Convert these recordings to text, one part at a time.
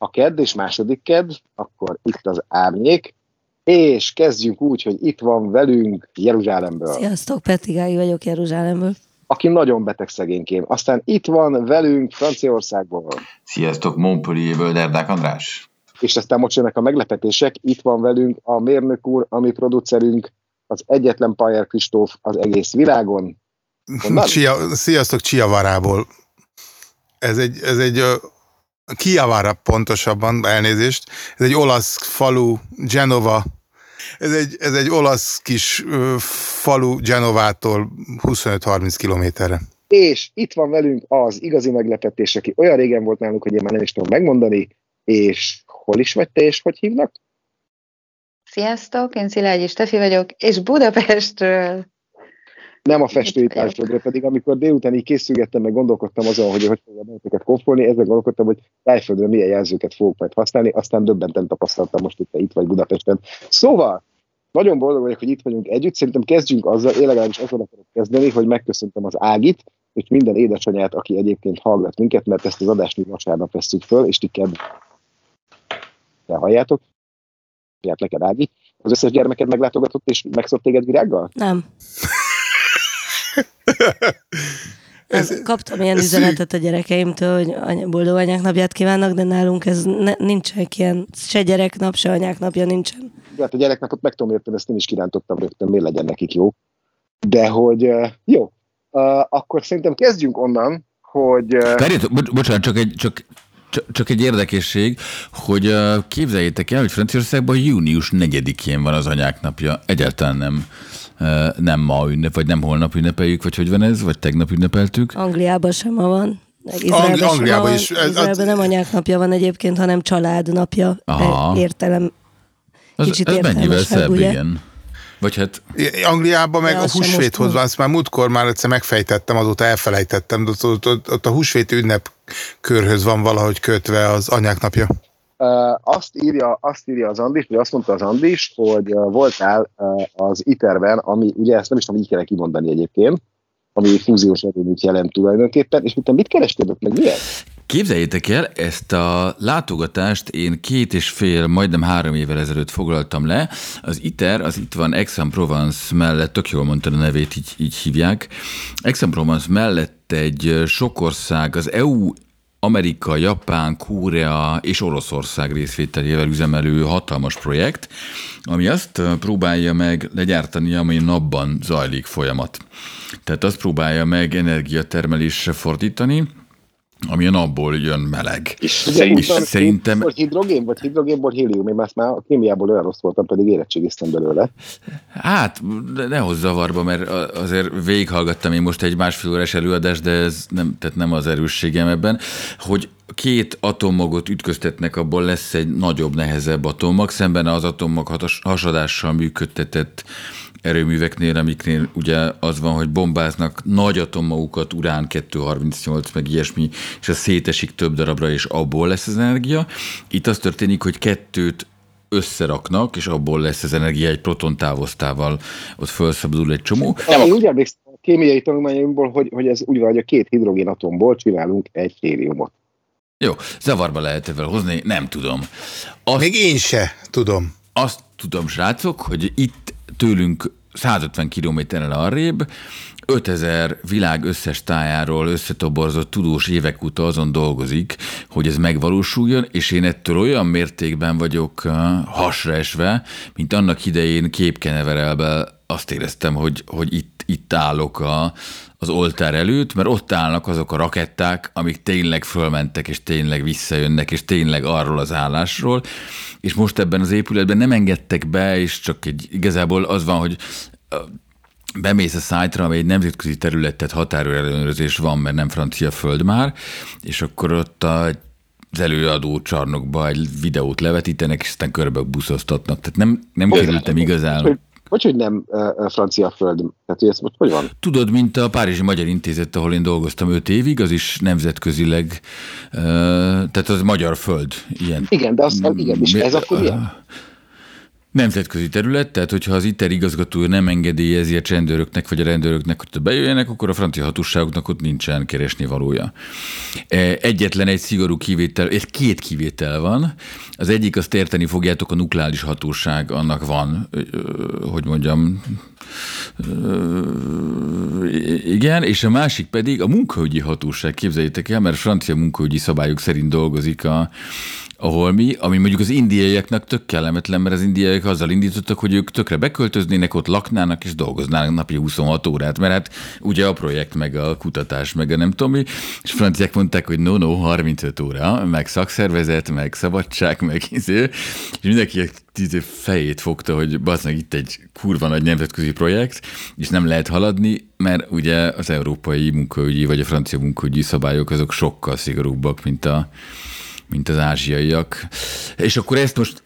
a kedd és második kedd, akkor itt az árnyék, és kezdjünk úgy, hogy itt van velünk Jeruzsálemből. Sziasztok, Peti Gági vagyok Jeruzsálemből. Aki nagyon beteg szegénykém. Aztán itt van velünk Franciaországból. Sziasztok, Montpellierből Derdák András. És aztán most jönnek a meglepetések. Itt van velünk a mérnök úr, a mi producerünk, az egyetlen Pajer Kristóf az egész világon. Sziasztok, Chiavarából. Ez egy Chiavara pontosabban, elnézést. Ez egy olasz falu, Genova. Ez egy olasz kis falu Genovától 25-30 kilométerre. És itt van velünk az igazi meglepetés, aki olyan régen volt nálunk, hogy én már nem is tudom megmondani, és hol is vagy te, és hogy hívnak? Sziasztok, én Szilágyi Stefi vagyok, és Budapestről. Nem a festői Tájföldről, pedig amikor délután így készülgettem, meg gondolkodtam azon, hogy fogja benneteket konfolni, ezzel gondolkodtam, hogy Tájföldre milyen jelzőket fogok majd használni, aztán döbbenten tapasztaltam most itt vagy Budapesten. Szóval, nagyon boldog vagyok, hogy itt vagyunk együtt, szerintem kezdjünk azzal, én legalábbis azzal akarok kezdeni, hogy megköszöntem az Ágit, és minden édesanyát, aki egyébként hallgat minket, mert ezt az adást mi vasárnap vesszük föl, és ti halljátok. Hát neked, Ági. Az összes gyermeked meglátogatott, és megszólt téged virággal? Nem. Kaptam ilyen üzenetet a gyerekeimtől, hogy boldog anyák napját kívánnak, de nálunk ez nincsen ilyen, se gyereknap, se anyák napja nincsen. Hát a gyereknapot meg tudom érteni, ezt én is kirántottam rögtön, miért legyen nekik jó. De hogy jó, akkor szerintem kezdjünk onnan, hogy... Bocsánat, csak egy érdekesség, hogy képzeljétek el, hogy Franciaországban június 4-én van az anyák napja. Egyáltalán nem ma ünnep, vagy nem holnap ünnepeljük, vagy hogy van ez, vagy tegnap ünnepeltük. Angliában sem ma van. Angliában is. Izraelben nem anyák napja van egyébként, hanem család napja. Értelem. Kicsit ez mennyivel szebb, ugye? igen. Vagy hát... Angliában meg a húsvéthoz van, ezt már múltkor már egyszer megfejtettem, azóta elfelejtettem, de ott a húsvét ünnepkörhöz van valahogy kötve az anyák napja. Azt írja az Andis, vagy azt mondta az Andis, hogy voltál az ITER-ben, ami ugye ezt nem is tudom, így kell kimondani egyébként, ami fúziós erőműt jelent tulajdonképpen, és mit kerestél ott, meg miért? Képzeljétek el, ezt a látogatást én 2,5, majdnem 3 évvel ezelőtt foglaltam le. Az ITER, az itt van Aix-en-Provence mellett, tök jól mondtad a nevét, így hívják. Aix-en-Provence mellett egy sok ország, az EU, Amerika, Japán, Korea és Oroszország részvételével üzemelő hatalmas projekt, ami azt próbálja meg legyártani, ami napban zajlik folyamat. Tehát azt próbálja meg energiatermelésre fordítani, ami a napból jön meleg. És szerintem... Vagy hidrogénból hélium, én már a kémiából olyan rossz voltam, pedig érettségiztem belőle. Hát, ne hozz zavarba, mert azért végighallgattam én most egy 1,5 órás előadást, de ez nem az erősségem ebben, hogy 2 atommagot ütköztetnek, abból lesz egy nagyobb, nehezebb atommag, szemben az atommag hasadással működtetett erőműveknél, amiknél ugye az van, hogy bombáznak nagy atommagukat, urán-238, meg ilyesmi, és az szétesik több darabra, és abból lesz az energia. Itt az történik, hogy 2 összeraknak, és abból lesz az energia egy protontávoztával, ott felszabadul egy csomó. Én úgy emlékszem a kémiai tanulmányaimból, hogy ez úgy van, hogy a 2 hidrogénatomból csinálunk egy héliumot. Jó, zavarba lehet ebben hozni, nem tudom. Még én se tudom. Azt tudom, srácok, hogy itt tőlünk 150 kilométerrel arrébb 5000 világ összes tájáról összetoborzott tudós évek óta azon dolgozik, hogy ez megvalósuljon, és én ettől olyan mértékben vagyok hasra esve, mint annak idején Képkeneverelben azt éreztem, hogy itt állok az oltár előtt, mert ott állnak azok a raketták, amik tényleg fölmentek, és tényleg visszajönnek, és tényleg arról az állásról, és most ebben az épületben nem engedtek be, és csak igazából az van, hogy bemész a szájtra, amely egy nemzetközi területet határőrellenőrzés van, mert nem francia föld már, és akkor ott az előadó csarnokba egy videót levetítenek, és aztán körbe buszoztatnak. Tehát nem kerültem igazán... Hogy nem francia föld? Tehát ez most hogy van? Tudod, mint a Párizsi Magyar Intézet, ahol én dolgoztam 5 évig, az is nemzetközileg, tehát az magyar föld. Ilyen. Igen, de igen, és ez akkor milyen? Nemzetközi terület, tehát hogyha az ITER igazgatója nem engedélyezi a csendőröknek vagy a rendőröknek, hogy bejöjjenek, akkor a francia hatóságoknak ott nincsen keresni valója. Egyetlen egy szigorú kivétel, két kivétel van. Az egyik, azt érteni fogjátok, a nukleáris hatóság, annak van, hogy mondjam, igen, és a másik pedig a munkaügyi hatóság, képzeljétek el, mert francia munkaügyi szabályok szerint dolgozik a Holmi, ami mondjuk az indiaiaknak tök kellemetlen, mert az indiaiak azzal indítottak, hogy ők tökre beköltöznének, ott laknának és dolgoznának napi 26 órát, mert hát ugye a projekt, meg a kutatás, meg a nem tudom mi, és franciák mondták, hogy no, 35 óra, meg szakszervezet, meg szabadság, meg és mindenki fejét fogta, hogy bassznak itt egy kurva nagy nemzetközi projekt, és nem lehet haladni, mert ugye az európai munkaügyi, vagy a francia munkaügyi szabályok azok sokkal szigorúbbak, mint az ázsiaiak. És akkor ezt most...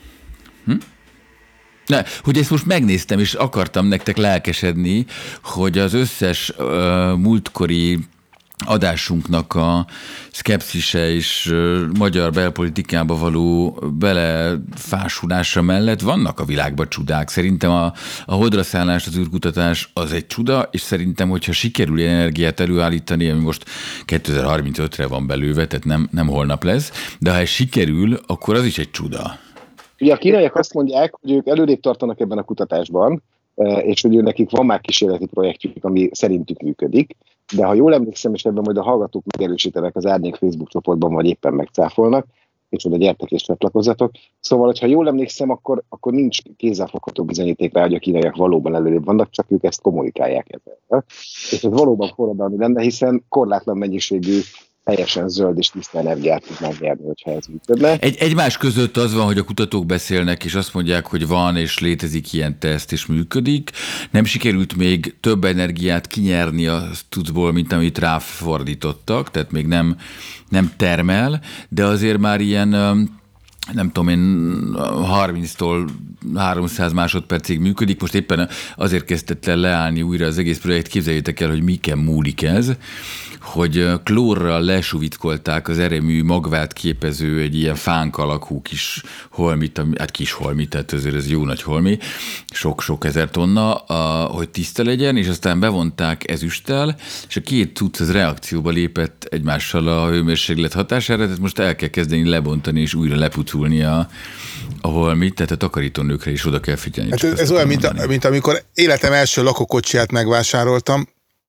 hogy ezt most megnéztem, és akartam nektek lelkesedni, hogy az összes múltkori adásunknak a szkepszise és magyar belpolitikába való belefásulása mellett vannak a világban csodák. Szerintem a holdra szállás, az űrkutatás az egy csuda, és szerintem, hogyha sikerül energiát előállítani, ami most 2035-re van belőve, tehát nem holnap lesz, de ha ez sikerül, akkor az is egy csuda. Ugye a kínaiak azt mondják, hogy ők előrébb tartanak ebben a kutatásban, és hogy nekik van már kísérleti projektjük, ami szerintük működik, de ha jól emlékszem, és ebben majd a hallgatók megerősítenek az Árnyék Facebook csoportban, vagy éppen megcáfolnak, és oda gyertek és csatlakozzatok. Szóval, ha jól emlékszem, akkor nincs kézzelfogható bizonyíték rá, hogy a kínaiak valóban előrébb vannak, csak ők ezt kommunikálják ezzel. És ez valóban forradalmi lenne, hiszen korlátlan mennyiségű teljesen zöld és tiszta energiát tudnánk nyerni, hogyha ez működne. Egymás között az van, hogy a kutatók beszélnek, és azt mondják, hogy van és létezik ilyen teszt, és működik. Nem sikerült még több energiát kinyerni a tudból, mint amit ráfordítottak, tehát még nem termel, de azért már ilyen, nem tudom én, 30-tól 300 másodpercig működik. Most éppen azért kezdett el leállni újra az egész projekt. Képzeljétek el, hogy miken múlik ez, hogy klórral lesuvickolták az erőmű magvát képező egy ilyen fánk alakú kis holmit, hát kis holmit, tehát azért ez jó nagy holmi, sok ezer tonna, hogy tiszta legyen, és aztán bevonták ezüsttel, és a két cucc az reakcióba lépett egymással a hőmérséklet hatására, tehát most el kell kezdeni lebontani és újra lepuculni a holmit, tehát a takarítónőkre is oda kell figyelni. Hát ez olyan, mint amikor életem első lakókocsiját megvásároltam,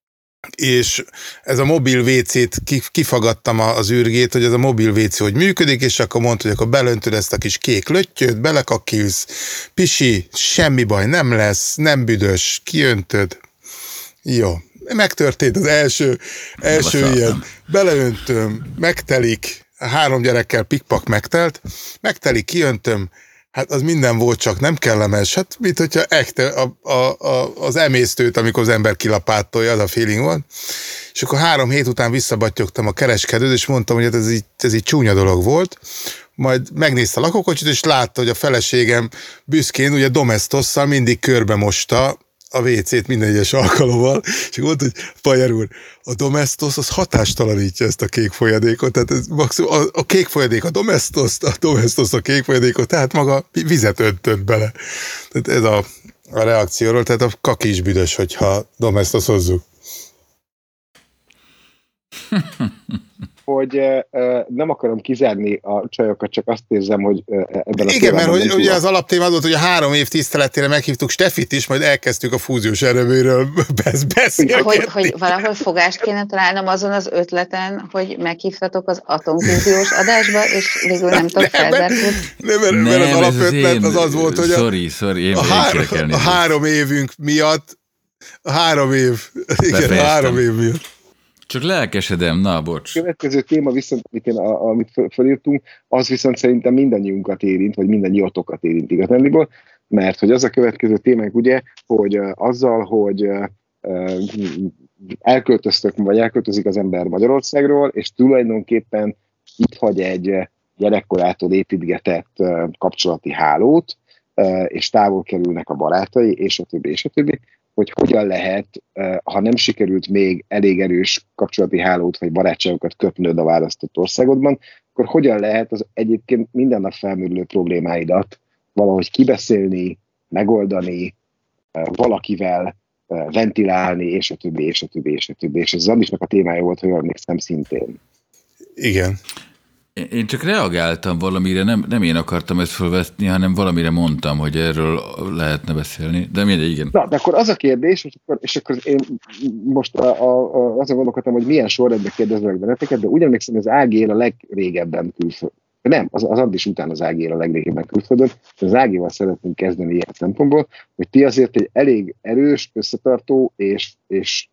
és ez a mobil WC-t kifagadtam az űrgét, hogy ez a mobil WC hogy működik, és akkor mondta, hogy akkor belöntöd ezt a kis kék löttyöt, belekakilsz, pisi, semmi baj nem lesz, nem büdös, kiöntöd. Jó, megtörtént az első ilyen, beleöntöm, megtelik, 3 gyerekkel pikpak megtelik, kiöntöm, hát az minden volt, csak nem kellemes. Hát, mint hogyha az emésztőt, amikor az ember kilapátolja, az a feeling van. És akkor 3 hét után visszabattyogtam a kereskedőt, és mondtam, hogy hát ez így csúnya dolog volt. Majd megnézte a lakókocsit, és látta, hogy a feleségem büszkén, ugye Domestosszal mindig körbe mosta a WC-t minden egyes alkalommal, és mondta, hogy Pajer úr, a Domestos az hatástalanítja ezt a kék folyadékot, tehát ez maximum a kék folyadék a Domestos a kék folyadékot, tehát maga vizet öntött bele. Tehát ez a reakcióról, tehát a kaki is büdös, hogyha Domestos hozzuk. Hogy nem akarom kizárni a csajokat, csak azt érzem, hogy ebben a igen, mert hogy ugye az alaptéma az volt, hogy a 3 év tiszteletére meghívtuk Steffit is, majd elkezdtük a fúziós erőműről beszélgetni. Hogy valahol fogást kéne találnom azon az ötleten, hogy meghívtatok az atomfúziós adásba, és végül nem tudok felzárkódni. Mert az alapötlet az volt, hogy a 3 évünk miatt, a 3 év miatt. Csak lelkesedem, na, bocs. A következő téma viszont, amit felírtunk, az viszont szerintem mindannyiunkat érint, vagy mindannyiatokat érint igazándiból, mert hogy az a következő témánk ugye, hogy azzal, hogy elköltözik az ember Magyarországról, és tulajdonképpen itt hagy egy gyerekkorától építgetett kapcsolati hálót, és távol kerülnek a barátai, és a többi, hogy hogyan lehet, ha nem sikerült még elég erős kapcsolati hálót vagy barátságokat kötnöd a választott országodban, akkor hogyan lehet az egyébként minden nap felmerülő problémáidat valahogy kibeszélni, megoldani, valakivel ventilálni, és a többi, és a többi, és a többi. És ez az Andisnak a témája volt, hogy emlékszem szintén. Igen. Én csak reagáltam valamire, nem én akartam ezt felvetni, hanem valamire mondtam, hogy erről lehetne beszélni, de mindegy, igen. Na, de akkor az a kérdés, és akkor én most azon gondolkodtam, hogy milyen sorrendben kérdezlek benneteket, de úgy emlékszem, hogy az Ági él a legrégebben külföldön. Nem, az Andis után az Ági él a legrégebben külföldön, de az Ágival szeretnénk kezdeni ilyen szempontból, hogy ti azért egy elég erős, összetartó és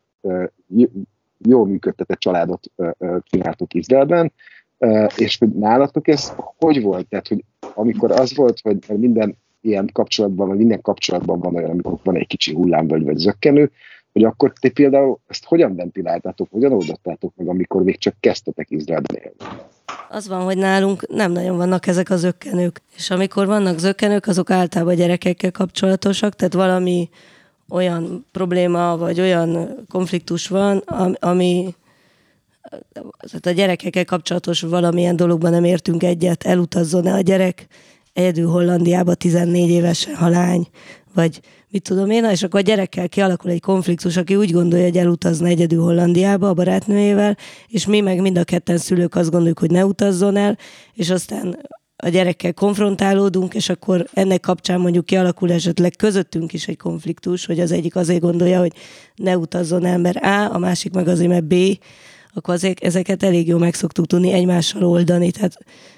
jól működtetett családot csináltok Izraelben, és hogy nálatok ez hogy volt? Tehát, hogy amikor az volt, hogy minden ilyen kapcsolatban, vagy minden kapcsolatban van olyan, amikor van egy kicsi hullámvölgy vagy zökkenő, hogy akkor ti például ezt hogyan ventiláltátok, hogyan oldottátok meg, amikor még csak kezdtetek Izraelben élni? Az van, hogy nálunk nem nagyon vannak ezek a zökkenők. És amikor vannak zökkenők, azok általában gyerekekkel kapcsolatosak, tehát valami olyan probléma, vagy olyan konfliktus van, ami tehát a gyerekekkel kapcsolatos valamilyen dologban nem értünk egyet, elutazzon-e a gyerek egyedül Hollandiába 14 évesen, ha lány, vagy mit tudom én, és akkor a gyerekkel kialakul egy konfliktus, aki úgy gondolja, hogy elutazna egyedül Hollandiába a barátnőjével, és mi meg mind a ketten szülők azt gondoljuk, hogy ne utazzon el, és aztán a gyerekkel konfrontálódunk, és akkor ennek kapcsán mondjuk kialakul esetleg közöttünk is egy konfliktus, hogy az egyik azért gondolja, hogy ne utazzon el, mert A, a másik meg azért, mert B, akkor azért ezeket elég jól meg szoktuk tudni egymással oldani. Tehát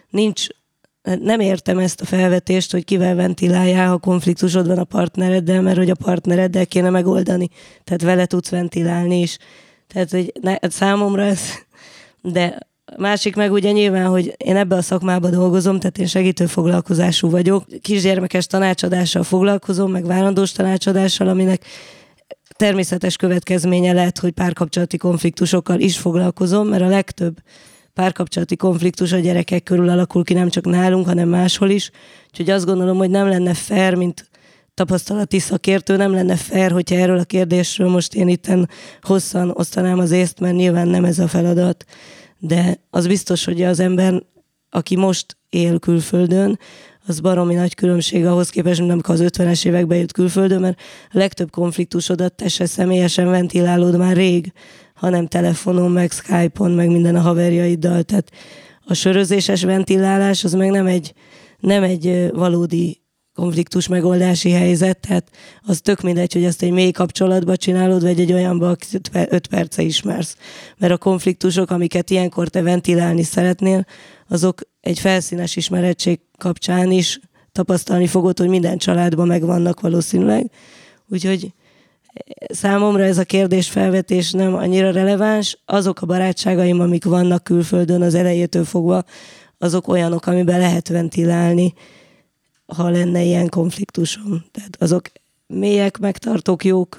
nem értem ezt a felvetést, hogy kivel ventiláljál, ha konfliktusod van a partnereddel, mert hogy a partnereddel kéne megoldani. Tehát vele tudsz ventilálni is. Tehát hogy számomra ez... De másik meg ugye nyilván, hogy én ebben a szakmában dolgozom, tehát én segítő foglalkozású vagyok. Kisgyermekes tanácsadással foglalkozom, meg várandós tanácsadással, aminek természetes következménye lehet, hogy párkapcsolati konfliktusokkal is foglalkozom, mert a legtöbb párkapcsolati konfliktus a gyerekek körül alakul ki, nem csak nálunk, hanem máshol is. Úgyhogy azt gondolom, hogy nem lenne fair, mint tapasztalati szakértő, nem lenne fair, hogyha erről a kérdésről most én itten hosszan osztanám az észt, mert nyilván nem ez a feladat. De az biztos, hogy az ember, aki most él külföldön, az baromi nagy különbség ahhoz képest, mint amikor az 50-es években jött külföldön, mert a legtöbb konfliktusodat te se személyesen ventilálod már rég, hanem telefonon, meg Skype-on, meg minden a haverjaiddal. Tehát a sörözéses ventilálás az meg nem egy valódi konfliktus megoldási helyzet, tehát az tök mindegy, hogy ezt egy mély kapcsolatba csinálod, vagy egy olyanba, akit 5 perce ismersz. Mert a konfliktusok, amiket ilyenkor te ventilálni szeretnél, azok egy felszínes ismerettség kapcsán is tapasztalni fogod, hogy minden családban megvannak valószínűleg. Úgyhogy számomra ez a kérdésfelvetés nem annyira releváns. Azok a barátságaim, amik vannak külföldön az elejétől fogva, azok olyanok, amiben lehet ventilálni, ha lenne ilyen konfliktusom. Tehát azok mélyek, megtartók, jók.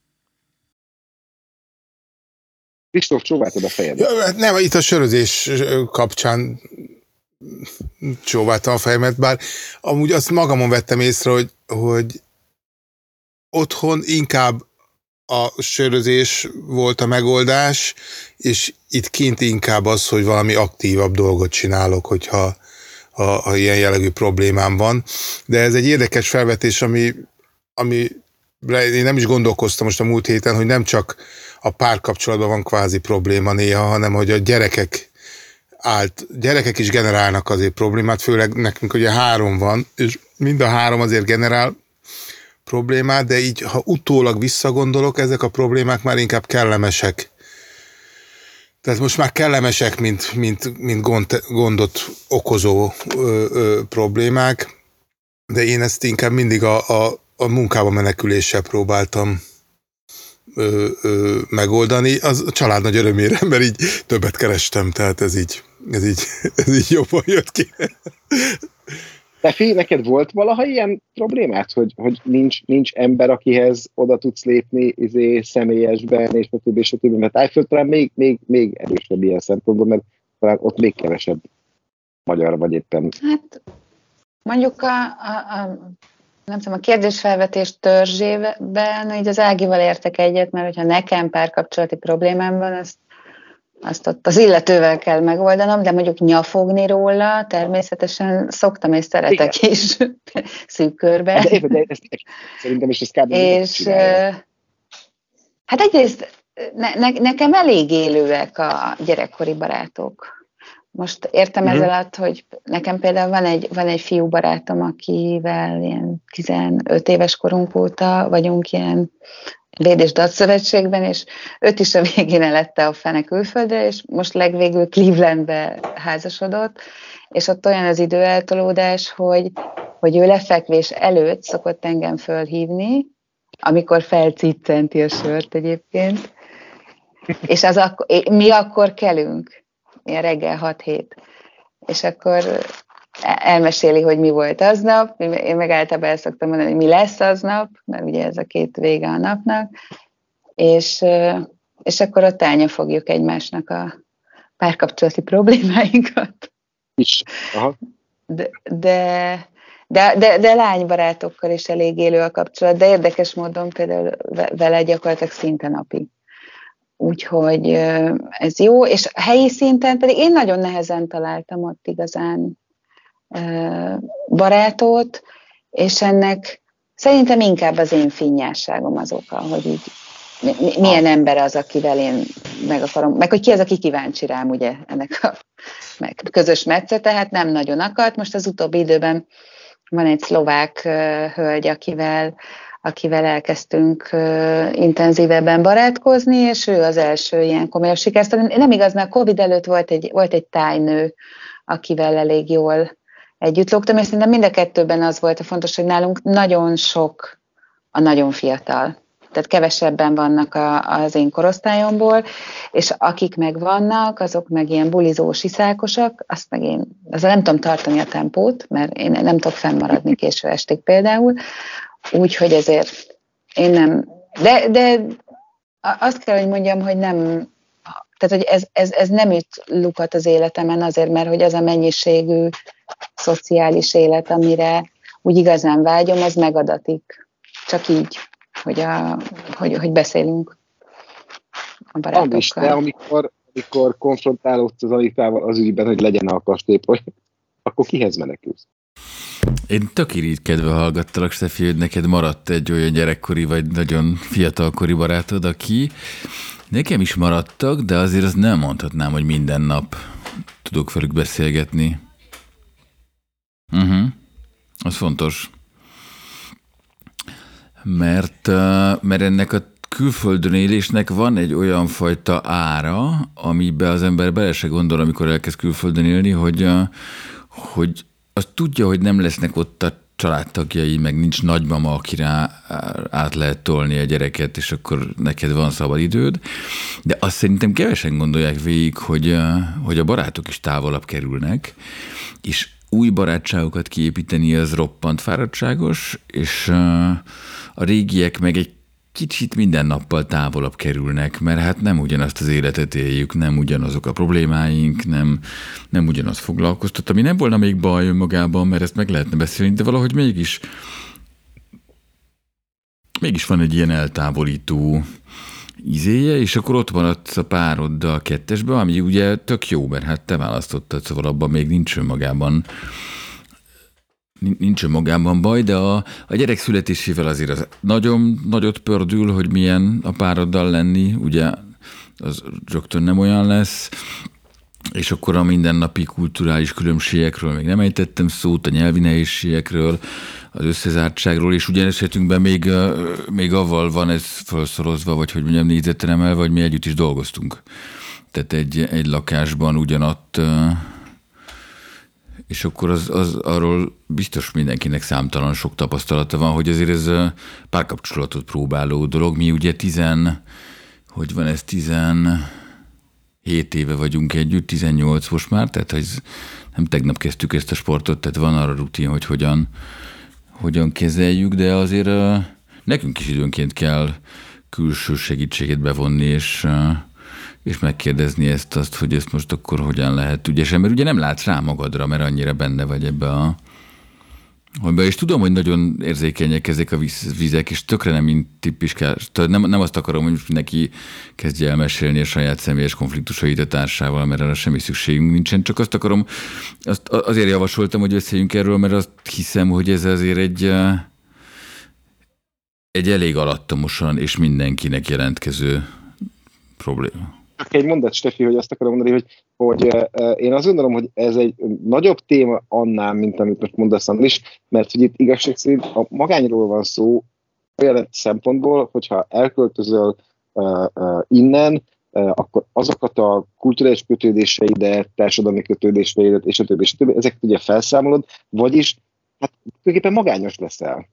Kristóf, csóváltad a fejedet. Ja, nem, itt a sörözés kapcsán csóváltam a fejemet, bár amúgy azt magamon vettem észre, hogy otthon inkább a sörözés volt a megoldás, és itt kint inkább az, hogy valami aktívabb dolgot csinálok, hogyha ilyen jellegű problémám van. De ez egy érdekes felvetés, ami én nem is gondolkoztam most a múlt héten, hogy nem csak a párkapcsolatban van kvázi probléma néha, hanem hogy a gyerekek is generálnak azért problémát, főleg nekünk ugye 3 van, és mind a 3 azért generál problémát, de így, ha utólag visszagondolok, ezek a problémák már inkább kellemesek. Tehát most már kellemesek, mint gondot okozó problémák, de én ezt inkább mindig a munkába meneküléssel próbáltam megoldani. Az a család nagy örömére, mert így többet kerestem, tehát ez így jobban jött ki. Tefi, neked volt valaha ilyen problémát, hogy nincs ember, akihez oda tudsz lépni személyesben, és a többi, mert Tájföld talán még erősebb ilyen szempontból, mert talán ott még kevesebb magyar vagy éppen. Hát mondjuk nem tudom, a kérdésfelvetés törzsében így az Ágival értek egyet, mert hogyha nekem párkapcsolati problémám van, azt ott az illetővel kell megoldanom, de mondjuk nyafogni róla természetesen szoktam, és szeretek igen. is szűk körbe. De ezt szerintem is ez kb. És hát egyrészt nekem elég élőek a gyerekkori barátok. Most értem ez alatt, hogy nekem például van egy fiú barátom, akivel ilyen 15 éves korunk óta vagyunk ilyen Véd- és Datszövetségben, és őt is a végén elette a fene külföldre, és most legvégül Clevelandbe házasodott, és ott olyan az időeltolódás, hogy ő lefekvés előtt szokott engem fölhívni, amikor felciccenti a sört egyébként, és mi akkor kelünk, ilyen reggel 6-7, és akkor elmeséli, hogy mi volt aznap, én meg általában el szoktam mondani, hogy mi lesz aznap, mert ugye ez a két vége a napnak, és akkor ott elnyafogjuk egymásnak a párkapcsolati problémáinkat. Is. Aha. De lánybarátokkal is elég élő a kapcsolat, de érdekes módon például vele gyakorlatilag szinte napi. Úgyhogy ez jó, és helyi szinten pedig én nagyon nehezen találtam ott igazán barátot, és ennek szerintem inkább az én finnyásságom az oka, hogy így milyen ember az, akivel én meg akarom, meg hogy ki az, aki kíváncsi rám, ugye, ennek a közös metszete, hát nem nagyon akart. Most az utóbbi időben van egy szlovák hölgy, akivel elkezdtünk intenzívebben barátkozni, és ő az első ilyen komolyabb sikersztori. Nem igaz, mert Covid előtt volt egy tájnő, akivel elég jól együtt lógtam, és szerintem mind a kettőben az volt a fontos, hogy nálunk nagyon sok a nagyon fiatal. Tehát kevesebben vannak az én korosztályomból, és akik meg vannak, azok meg ilyen bulizós, iszákosak, azt meg én azzal nem tudom tartani a tempót, mert én nem tudok fennmaradni késő estig például, úgyhogy ezért én nem... De azt kell, hogy mondjam, hogy nem... Tehát, hogy ez nem üt lukat az életemen azért, mert hogy az a mennyiségű szociális élet, amire úgy igazán vágyom, az megadatik. Csak így, hogy beszélünk a barátokkal. Andris, te amikor konfrontálódsz az Anitával az ügyben, hogy legyen a kastélyprojekt, akkor kihez menekülsz? Én tök irigykedve hallgattalak, Stefi, hogy neked maradt egy olyan gyerekkori vagy nagyon fiatalkori barátod, aki nekem is maradtak, de azért azt nem mondhatnám, hogy minden nap tudok velük beszélgetni. Az fontos. Mert ennek a külföldön élésnek van egy olyan fajta ára, amiben az ember bele se gondol, amikor elkezd külföldön élni, hogy azt tudja, hogy nem lesznek ott a családtagjai, meg nincs nagymama, akire át lehet tolni a gyereket, és akkor neked van szabad időd. De azt szerintem kevesen gondolják végig, hogy a barátok is távolabb kerülnek, és új barátságokat kiépíteni az roppant fáradtságos, és a régiek meg egy kicsit minden nappal távolabb kerülnek, mert hát nem ugyanazt az életet éljük, nem ugyanazok a problémáink, nem ugyanaz foglalkoztat, ami nem volna még baj önmagában, mert ezt meg lehetne beszélni, de valahogy mégis van egy ilyen eltávolító izéje, és akkor ott maradsz a pároddal kettesbe, ami ugye tök jó, mert hát te választottad, szóval abban még nincs önmagában baj, de a gyerek születésével azért az nagyon nagyot pördül, hogy milyen a pároddal lenni, ugye az rögtön nem olyan lesz, és akkor a mindennapi kulturális különbségekről még nem ejtettem szót, a nyelvi nehézségekről, az összezártságról, és ugye esetünkben még avval van ez felszorozva, vagy hogy mondjam, négyzetre emelve, vagy mi együtt is dolgoztunk. Tehát egy lakásban ugyanatt, és akkor az arról biztos mindenkinek számtalan sok tapasztalata van, hogy azért ez párkapcsolatot próbáló dolog. Mi ugye 17 éve vagyunk együtt, 18 most már, tehát nem tegnap kezdtük ezt a sportot, tehát van arra rutin, hogy hogyan kezeljük, de azért nekünk is időnként kell külső segítséget bevonni, és megkérdezni azt, hogy ezt most akkor hogyan lehet ügyesen, mert ugye nem látsz rá magadra, mert annyira benne vagy ebbe És tudom, hogy nagyon érzékenyek ezek a vizek, és tökre nem tipiskás. Nem azt akarom, hogy mindenki kezdje el mesélni a saját személyes konfliktusait a társával, mert arra semmi szükségünk nincsen. Csak azt akarom, azért javasoltam, hogy beszéljünk erről, mert azt hiszem, hogy ez azért egy elég alattomosan és mindenkinek jelentkező probléma. Egy mondat, Stefi, hogy azt akarom mondani, hogy én azt gondolom, hogy ez egy nagyobb téma annál, mint amit most mondasz, Andris, mert hogy itt igazság szerint a magányról van szó olyan szempontból, hogyha elköltözöl innen, akkor azokat a kulturális kötődéseidet, társadalmi kötődéseidet, és a többi, ezeket ugye felszámolod, vagyis hát tulajdonképpen magányos leszel.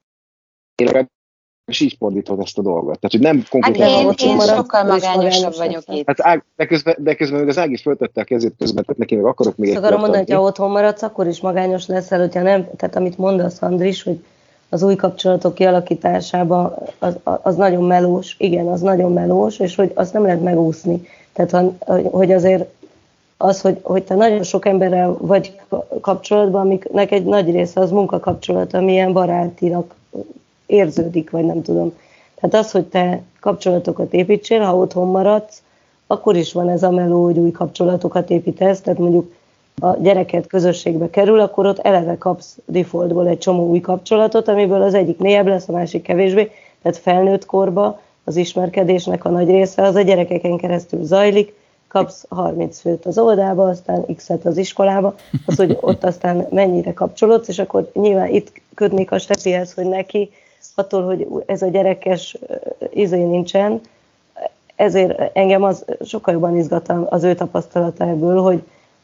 Én és így fordítod ezt a dolgot. Tehát, hogy nem konkrétan... Hát én sokkal magányosabb vagyok itt. Hát de közben meg az Ági is föltette a kezét közben, tehát neki meg akarok még akarom mondani, hogy ha otthon maradsz, akkor is magányos leszel, hogyha nem, tehát amit mondasz, Andris, hogy az új kapcsolatok kialakításában az nagyon melós, igen, az nagyon melós, és hogy azt nem lehet megúszni. Tehát, hogy azért az, hogy te nagyon sok emberrel vagy kapcsolatban, amiknek egy nagy része az munkakapcsolat, ami ilyen barátilag érződik, vagy nem tudom. Tehát az, hogy te kapcsolatokat építsél, ha otthon maradsz, akkor is van ez a meló, hogy új kapcsolatokat építesz, tehát mondjuk a gyereket közösségbe kerül, akkor ott eleve kapsz defaultból egy csomó új kapcsolatot, amiből az egyik mélyebb lesz, a másik kevésbé, tehát felnőtt korba az ismerkedésnek a nagy része az a gyerekeken keresztül zajlik, kapsz 30 főt az óvodába, aztán X-et az iskolába, az, hogy ott aztán mennyire kapcsolódsz, és akkor nyilván itt kötnék a Stefihez, hogy neki attól, hogy ez a gyerekes nincsen, ezért engem az sokkal jobban izgat az ő tapasztalata ebből,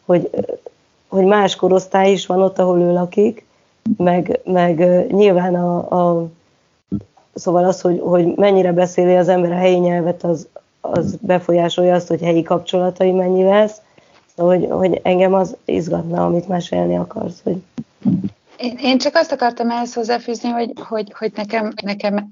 hogy más korosztály is van ott, ahol ő lakik, meg nyilván szóval az, hogy mennyire beszéli az ember a helyi nyelvet, az befolyásolja azt, hogy helyi kapcsolatai mennyi lesz, hogy engem az izgatna, amit mesélni akarsz. Hogy... Én csak azt akartam ehhez hozzáfűzni, hogy nekem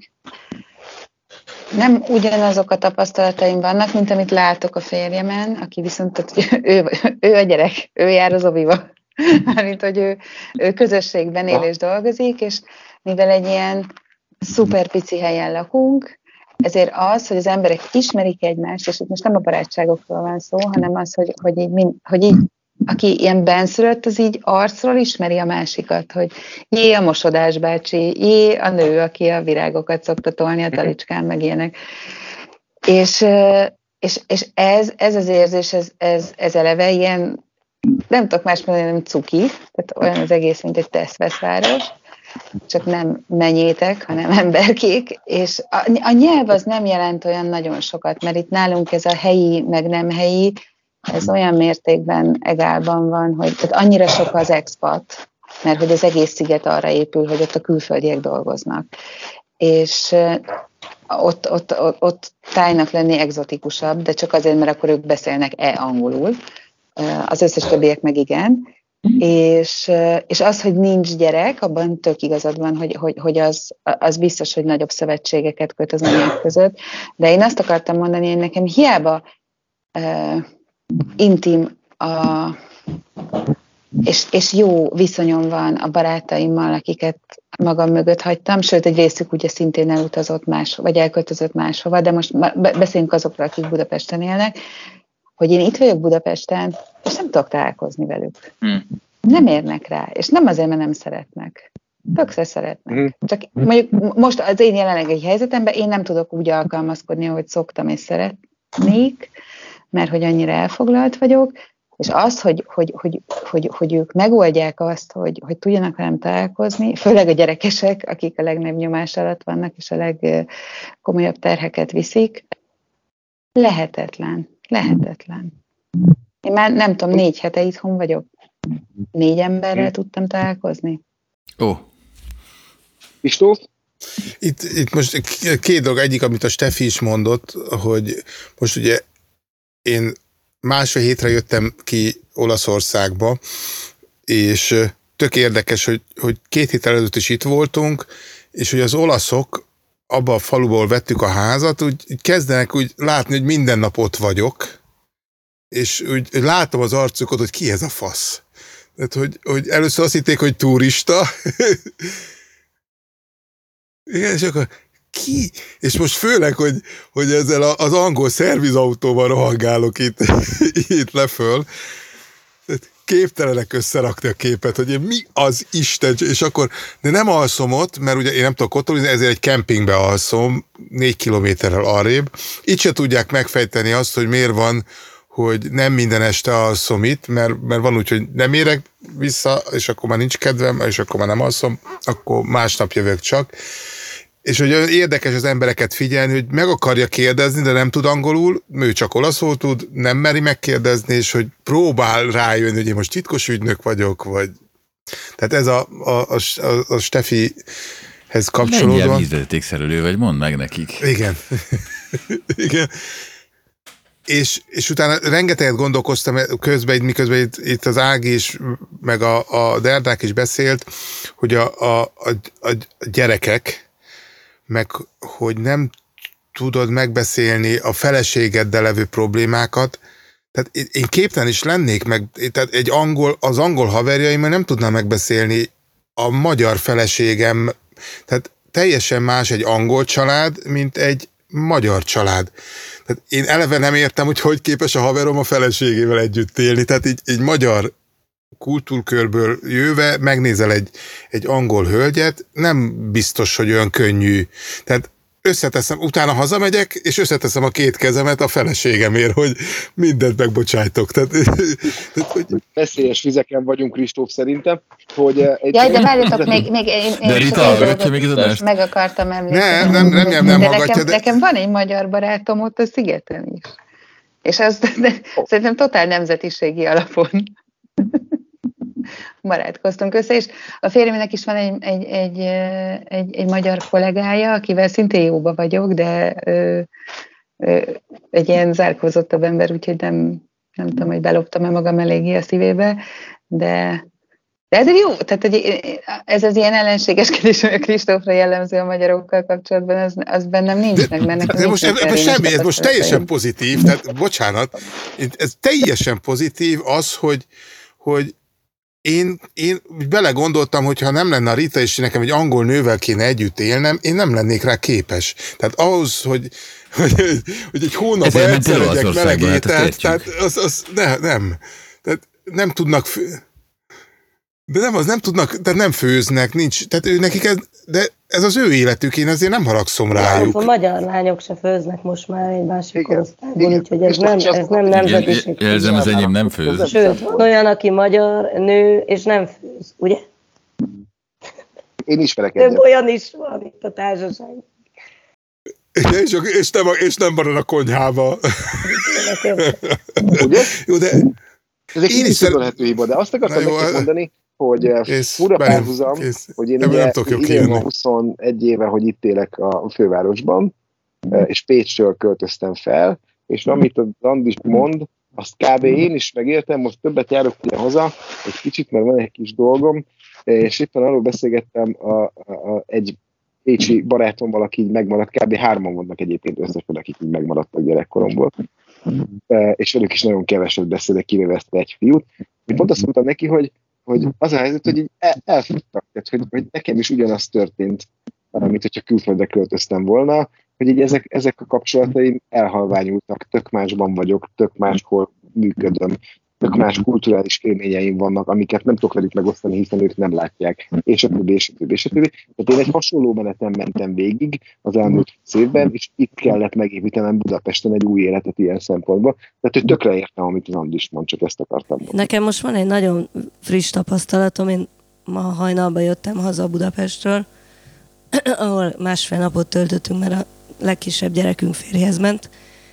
nem ugyanazok a tapasztalataim vannak, mint amit látok a férjemen, aki viszont ő a gyerek, ő jár az oviba, mint hogy ő közösségben él és dolgozik, és mivel egy ilyen szuper pici helyen lakunk, ezért az, hogy az emberek ismerik egymást, és itt most nem a barátságokról van szó, hanem az, hogy így aki ilyen benszülött, az így arcról ismeri a másikat, hogy jé a mosodás bácsi, jé a nő, aki a virágokat szokta tolni a talicskán, meg ilyenek. És ez az érzés, ez eleve ilyen, nem tudok más mondani, nem cuki, tehát olyan az egész, mint egy tesztveszváros, csak nem menyétek, hanem emberkék, és a nyelv az nem jelent olyan nagyon sokat, mert itt nálunk ez a helyi, meg nem helyi, ez olyan mértékben egálban van, hogy tehát annyira sok az expat, mert hogy az egész sziget arra épül, hogy ott a külföldiek dolgoznak. És ott tájnak lenni egzotikusabb, de csak azért, mert akkor ők beszélnek angolul, az összes többiek meg igen. És az, hogy nincs gyerek, abban tök igazad van, hogy az biztos, hogy nagyobb szövetségeket köt az anyák között. De én azt akartam mondani, hogy nekem hiába intim és jó viszonyom van a barátaimmal, akiket magam mögött hagytam, sőt, egy részük ugye szintén elutazott vagy elköltözött máshova, de most beszéljünk azokról, akik Budapesten élnek, hogy én itt vagyok Budapesten, és nem tudok találkozni velük. Nem érnek rá, és nem azért, mert nem szeretnek. Tökre szeretnek. Csak mondjuk most az én jelenlegi helyzetemben én nem tudok úgy alkalmazkodni, ahogy szoktam és szeretnék, mert hogy annyira elfoglalt vagyok, és az, hogy ők megoldják azt, hogy tudjanak velem találkozni, főleg a gyerekesek, akik a legnagyobb nyomás alatt vannak, és a legkomolyabb terheket viszik, lehetetlen. Én már nem tudom, 4 hete itthon vagyok. 4 emberrel tudtam találkozni. Pistóf? Itt most 2 dolog. Egyik, amit a Stefi is mondott, hogy most ugye én másfél hétre jöttem ki Olaszországba, és tök érdekes, hogy 2 héttel előtt is itt voltunk, és hogy az olaszok abba a faluból vettük a házat, úgy kezdenek úgy látni, hogy minden nap ott vagyok, és úgy látom az arcukot, hogy ki ez a fasz. Tehát, hogy először azt hitték, hogy turista. Igen, és akkor ki? És most főleg, hogy ezzel az angol szervizautóval rohangálok itt leföl. Képtelenek összerakni a képet, hogy mi az Isten, és akkor, de nem alszom ott, mert ugye én nem tudok ott aludni, ezért egy kempingbe alszom, 4 kilométerrel arrébb. Itt se tudják megfejteni azt, hogy miért van, hogy nem minden este alszom itt, mert van úgy, hogy nem érek vissza, és akkor már nincs kedvem, és akkor már nem alszom, akkor másnap jövök csak. És hogy érdekes az embereket figyelni, hogy meg akarja kérdezni, de nem tud angolul, ő csak olaszul tud, nem meri megkérdezni, és hogy próbál rájönni, hogy én most titkos ügynök vagyok, vagy... Tehát ez a Stefihez kapcsolódóan... Mennyire vízvezetékszerelő vagy, mondd meg nekik. Igen. Igen. És utána rengeteget gondolkoztam közben, miközben itt az Ági is, meg a Derdák is beszélt, hogy a gyerekek, meg hogy nem tudod megbeszélni a feleségeddel levő problémákat. Tehát én képtelen is lennék meg, tehát az angol haverjaimmal nem tudnám megbeszélni a magyar feleségem, tehát teljesen más egy angol család, mint egy magyar család. Tehát én eleve nem értem, hogy képes a haverom a feleségével együtt élni, tehát így magyar kultúrkörből jöve megnézel egy angol hölgyet, nem biztos, hogy olyan könnyű. Tehát összeteszem, utána hazamegyek, és összeteszem a 2 kezemet a feleségemért, hogy mindent megbocsájtok. Tehát, hogy... Veszélyes vizeken vagyunk, Kristóf, szerintem. Hogy Jaj, de várjatok, még de Rita, még meg akartam említeni. Nem hallgatja. Nekem van egy magyar barátom ott a szigeten is. És azt szerintem totál nemzetiségi alapon barátkoztunk össze, és a férjemnek is van egy magyar kollégája, akivel szintén jóba vagyok, de egy ilyen zárkózottabb ember, úgyhogy nem tudom, hogy beloptam-e magam eléggé a szívébe, de ez jó, tehát hogy ez az ilyen ellenségeskedés, ami a Kristófra jellemző a magyarokkal kapcsolatban, az bennem nincs meg, mert nekem ez most teljesen pozitív, tehát bocsánat, ez teljesen pozitív az, hogy én belegondoltam, hogy ha nem lenne a Rita, és nekem egy angol nővel kéne együtt élnem, én nem lennék rá képes. Tehát ahhoz, hogy egy hónapban egyszer legyek meleg ételt, tehát nem. Tehát nem tudnak... De nem tudnak, tehát nem főznek, nincs, tehát ő nekik de ez az ő életük, én ezért nem haragszom rájuk. A magyar lányok se főznek most már egy másik korosztályból, úgyhogy ez nem nemzetiség. Jelzem, az enyém nem főz. Sőt, van olyan, aki magyar nő, és nem főz, ugye? Én ismerek egyet. Több olyan is van itt a társaságban. És nem marad a konyhába. Ugye? Jó, de... Ez egy kiszögölhető hiba, de azt akartam nektek mondani, hogy fura párhuzam, hogy én ugye idén van 21 éve, hogy itt élek a fővárosban, és Pécsről költöztem fel, és amit a Andis mond, azt kb. Én is megértem, most többet járok ugye haza, egy kicsit, mert van egy kis dolgom, és éppen arról beszélgettem egy pécsi barátommal, aki így megmaradt, kb. 3-an vannak egyébként összesen, akik így megmaradtak gyerekkoromból. És velük is nagyon keveset beszélek, kivéve ezt egy fiút. Pont azt mondtam neki, hogy az a helyzet, hogy így elfuttak, tehát, hogy nekem is ugyanaz történt, mint hogyha külföldre költöztem volna, hogy így ezek a kapcsolataim elhalványultak, tök másban vagyok, tök máshol működöm, tök más kulturális élményeim vannak, amiket nem tudok velük megosztani, hiszen ők nem látják, és a többi, és a többi, és a többi. Tehát én egy hasonló meneten mentem végig az elmúlt 20 évben, és itt kellett megépítenem Budapesten egy új életet ilyen szempontból. Tehát, hogy tökre értem, amit az Andis mond, csak ezt akartam mondani. Nekem most van egy nagyon friss tapasztalatom, én ma hajnalban jöttem haza Budapestről, ahol 1,5 napot töltöttünk, mert a legkisebb gyerekünk férjhez ment,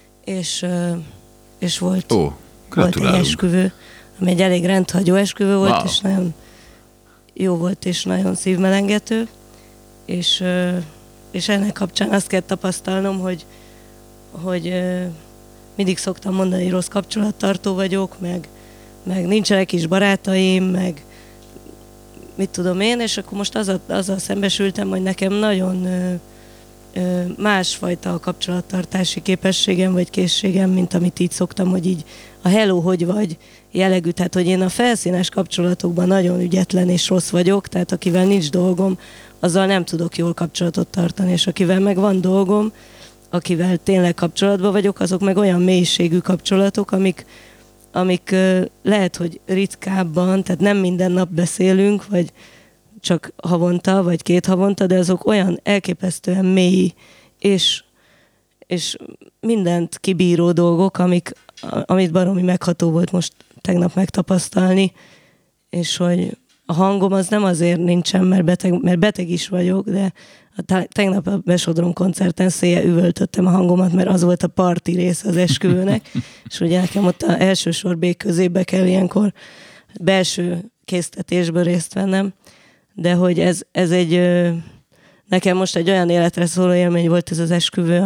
és volt egy esküvő, ami egy elég rendhagyó esküvő volt, és nagyon jó volt, és nagyon szívmelengető, és ennek kapcsán azt kell tapasztalnom, hogy mindig szoktam mondani, hogy rossz kapcsolattartó vagyok, meg nincsenek is barátaim, meg mit tudom én, és akkor most azzal szembesültem, hogy nekem nagyon másfajta a kapcsolattartási képességem vagy készségem, mint amit így szoktam, hogy így a hello, hogy vagy jellegű, tehát hogy én a felszínes kapcsolatokban nagyon ügyetlen és rossz vagyok, tehát akivel nincs dolgom, azzal nem tudok jól kapcsolatot tartani, és akivel meg van dolgom, akivel tényleg kapcsolatban vagyok, azok meg olyan mélységű kapcsolatok, amik lehet, hogy ritkábban, tehát nem minden nap beszélünk, vagy csak havonta, vagy 2 havonta, de azok olyan elképesztően mély, és mindent kibíró dolgok, amit baromi megható volt most tegnap megtapasztalni, és hogy a hangom az nem azért nincsen, mert beteg is vagyok, de tegnap a Besodrom koncerten széjjel üvöltöttem a hangomat, mert az volt a parti része az esküvőnek, és ugye nekem ott a elsősor bék közébe kell ilyenkor belső késztetésből részt vennem, de hogy ez egy, nekem most egy olyan életre szóló élmény volt ez az esküvő,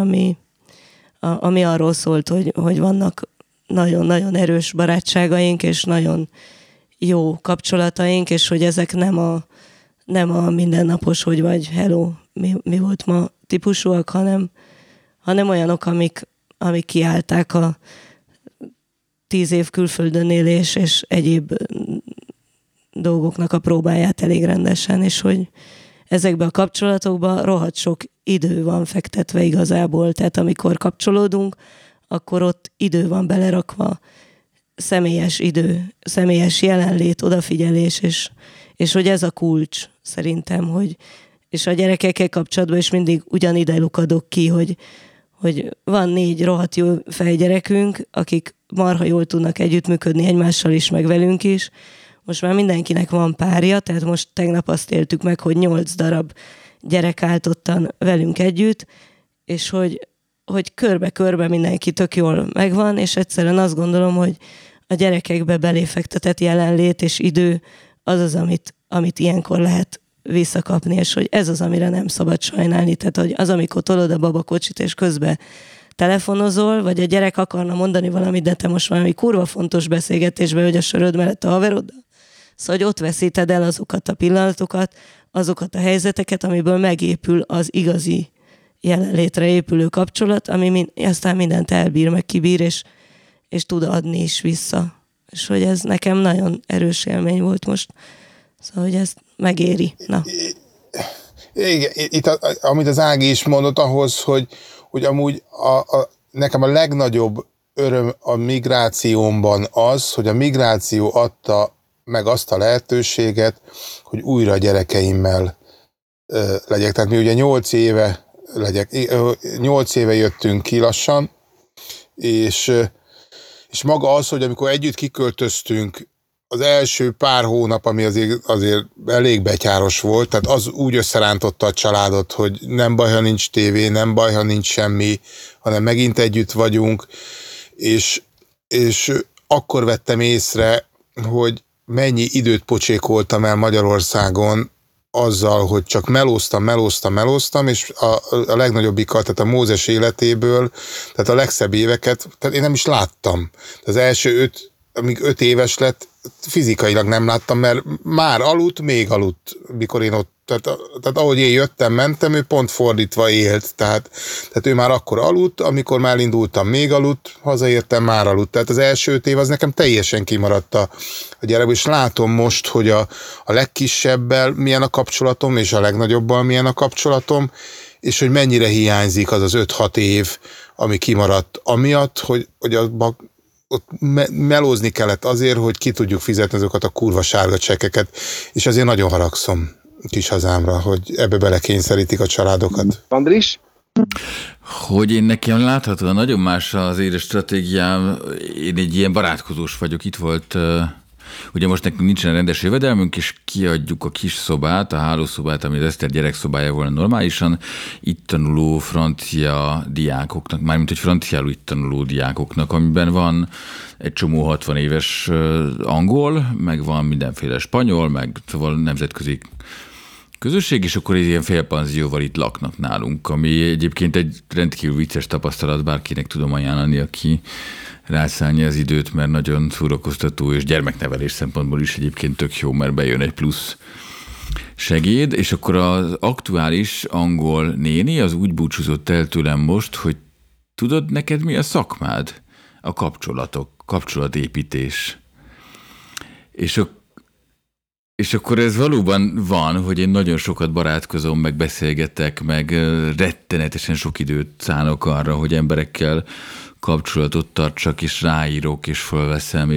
ami arról szólt, hogy vannak nagyon-nagyon erős barátságaink, és nagyon jó kapcsolataink, és hogy ezek nem a mindennapos, hogy vagy hello, mi volt ma típusúak, hanem olyanok, amik kiállták a 10 év külföldön élés és egyéb dolgoknak a próbáját elég rendesen, és hogy ezekben a kapcsolatokban rohadt sok idő van fektetve igazából, tehát amikor kapcsolódunk, akkor ott idő van belerakva, személyes idő, személyes jelenlét, odafigyelés, és hogy ez a kulcs szerintem, és a gyerekekkel kapcsolatban is mindig ugyanide lukadok ki, hogy van 4 rohadt jó fejgyerekünk, akik marha jól tudnak együttműködni egymással is, meg velünk is. Most már mindenkinek van párja, tehát most tegnap azt éltük meg, hogy 8 darab gyerek állt ottan velünk együtt, és hogy körbe-körbe mindenki tök jól megvan, és egyszerűen azt gondolom, hogy a gyerekekbe beléfektetett jelenlét és idő az, amit ilyenkor lehet visszakapni, és hogy ez az, amire nem szabad sajnálni. Tehát, hogy az, amikor tolod a babakocsit, és közben telefonozol, vagy a gyerek akarna mondani valamit, de te most valami kurva fontos beszélgetésbe, hogy a söröd mellett a haveroddal. Szóval, hogy ott veszíted el azokat a pillanatokat, azokat a helyzeteket, amiből megépül az igazi jelenlétre épülő kapcsolat, ami aztán mindent elbír, meg kibír, és tud adni is vissza. És hogy ez nekem nagyon erős élmény volt most. Szóval, hogy ezt megéri. Na. Igen, itt amit az Ági is mondott ahhoz, hogy amúgy nekem a legnagyobb öröm a migrációmban az, hogy a migráció adta meg azt a lehetőséget, hogy újra a gyerekeimmel legyek. Tehát mi ugye 8 éve jöttünk ki lassan, és maga az, hogy amikor együtt kiköltöztünk, az első pár hónap, ami azért elég betyáros volt, tehát az úgy összerántotta a családot, hogy nem baj, ha nincs tévé, nem baj, ha nincs semmi, hanem megint együtt vagyunk, és akkor vettem észre, hogy mennyi időt pocsékoltam el Magyarországon azzal, hogy csak melóztam, és a legnagyobbikat, tehát a Mózes életéből, tehát a legszebb éveket, tehát én nem is láttam. Az első amíg 5 éves lett, fizikailag nem láttam, mert már még aludt, mikor én ott, tehát ahogy én jöttem, mentem, ő pont fordítva élt, tehát ő már akkor aludt, amikor már indultam, még aludt, hazaértem, már aludt, tehát az első 5 év az nekem teljesen kimaradt a gyerekből, és látom most, hogy a legkisebbel milyen a kapcsolatom, és a legnagyobbal milyen a kapcsolatom, és hogy mennyire hiányzik az 5-6 év, ami kimaradt, amiatt, hogy ott melózni kellett azért, hogy ki tudjuk fizetni azokat a kurva sárga csekkeket, és azért nagyon haragszom kis hazámra, hogy ebbe belekényszerítik a családokat. Andris? Hogy én nekem láthatóan nagyon más az éles stratégiám, én egy ilyen barátkozós vagyok, itt volt, ugye most nekünk nincsen rendes jövedelmünk, és kiadjuk a kis szobát, a hálószobát, ami az Eszter gyerekszobája volna normálisan, itt tanuló francia diákoknak, mármint hogy franciául itt tanuló diákoknak, amiben van egy csomó 60 éves angol, meg van mindenféle spanyol, meg szóval nemzetközi közösség, és akkor ilyen félpanzióval itt laknak nálunk, ami egyébként egy rendkívül vicces tapasztalat, bárkinek tudom ajánlani, aki rászállja az időt, mert nagyon szórakoztató, és gyermeknevelés szempontból is egyébként tök jó, mert bejön egy plusz segéd, és akkor az aktuális angol néni az úgy búcsúzott el tőlem most, hogy tudod, neked mi a szakmád? A kapcsolatépítés. És akkor ez valóban van, hogy én nagyon sokat barátkozom, meg beszélgetek, meg rettenetesen sok időt szánok arra, hogy emberekkel kapcsolatot tartsak, és ráírok, és fölveszem,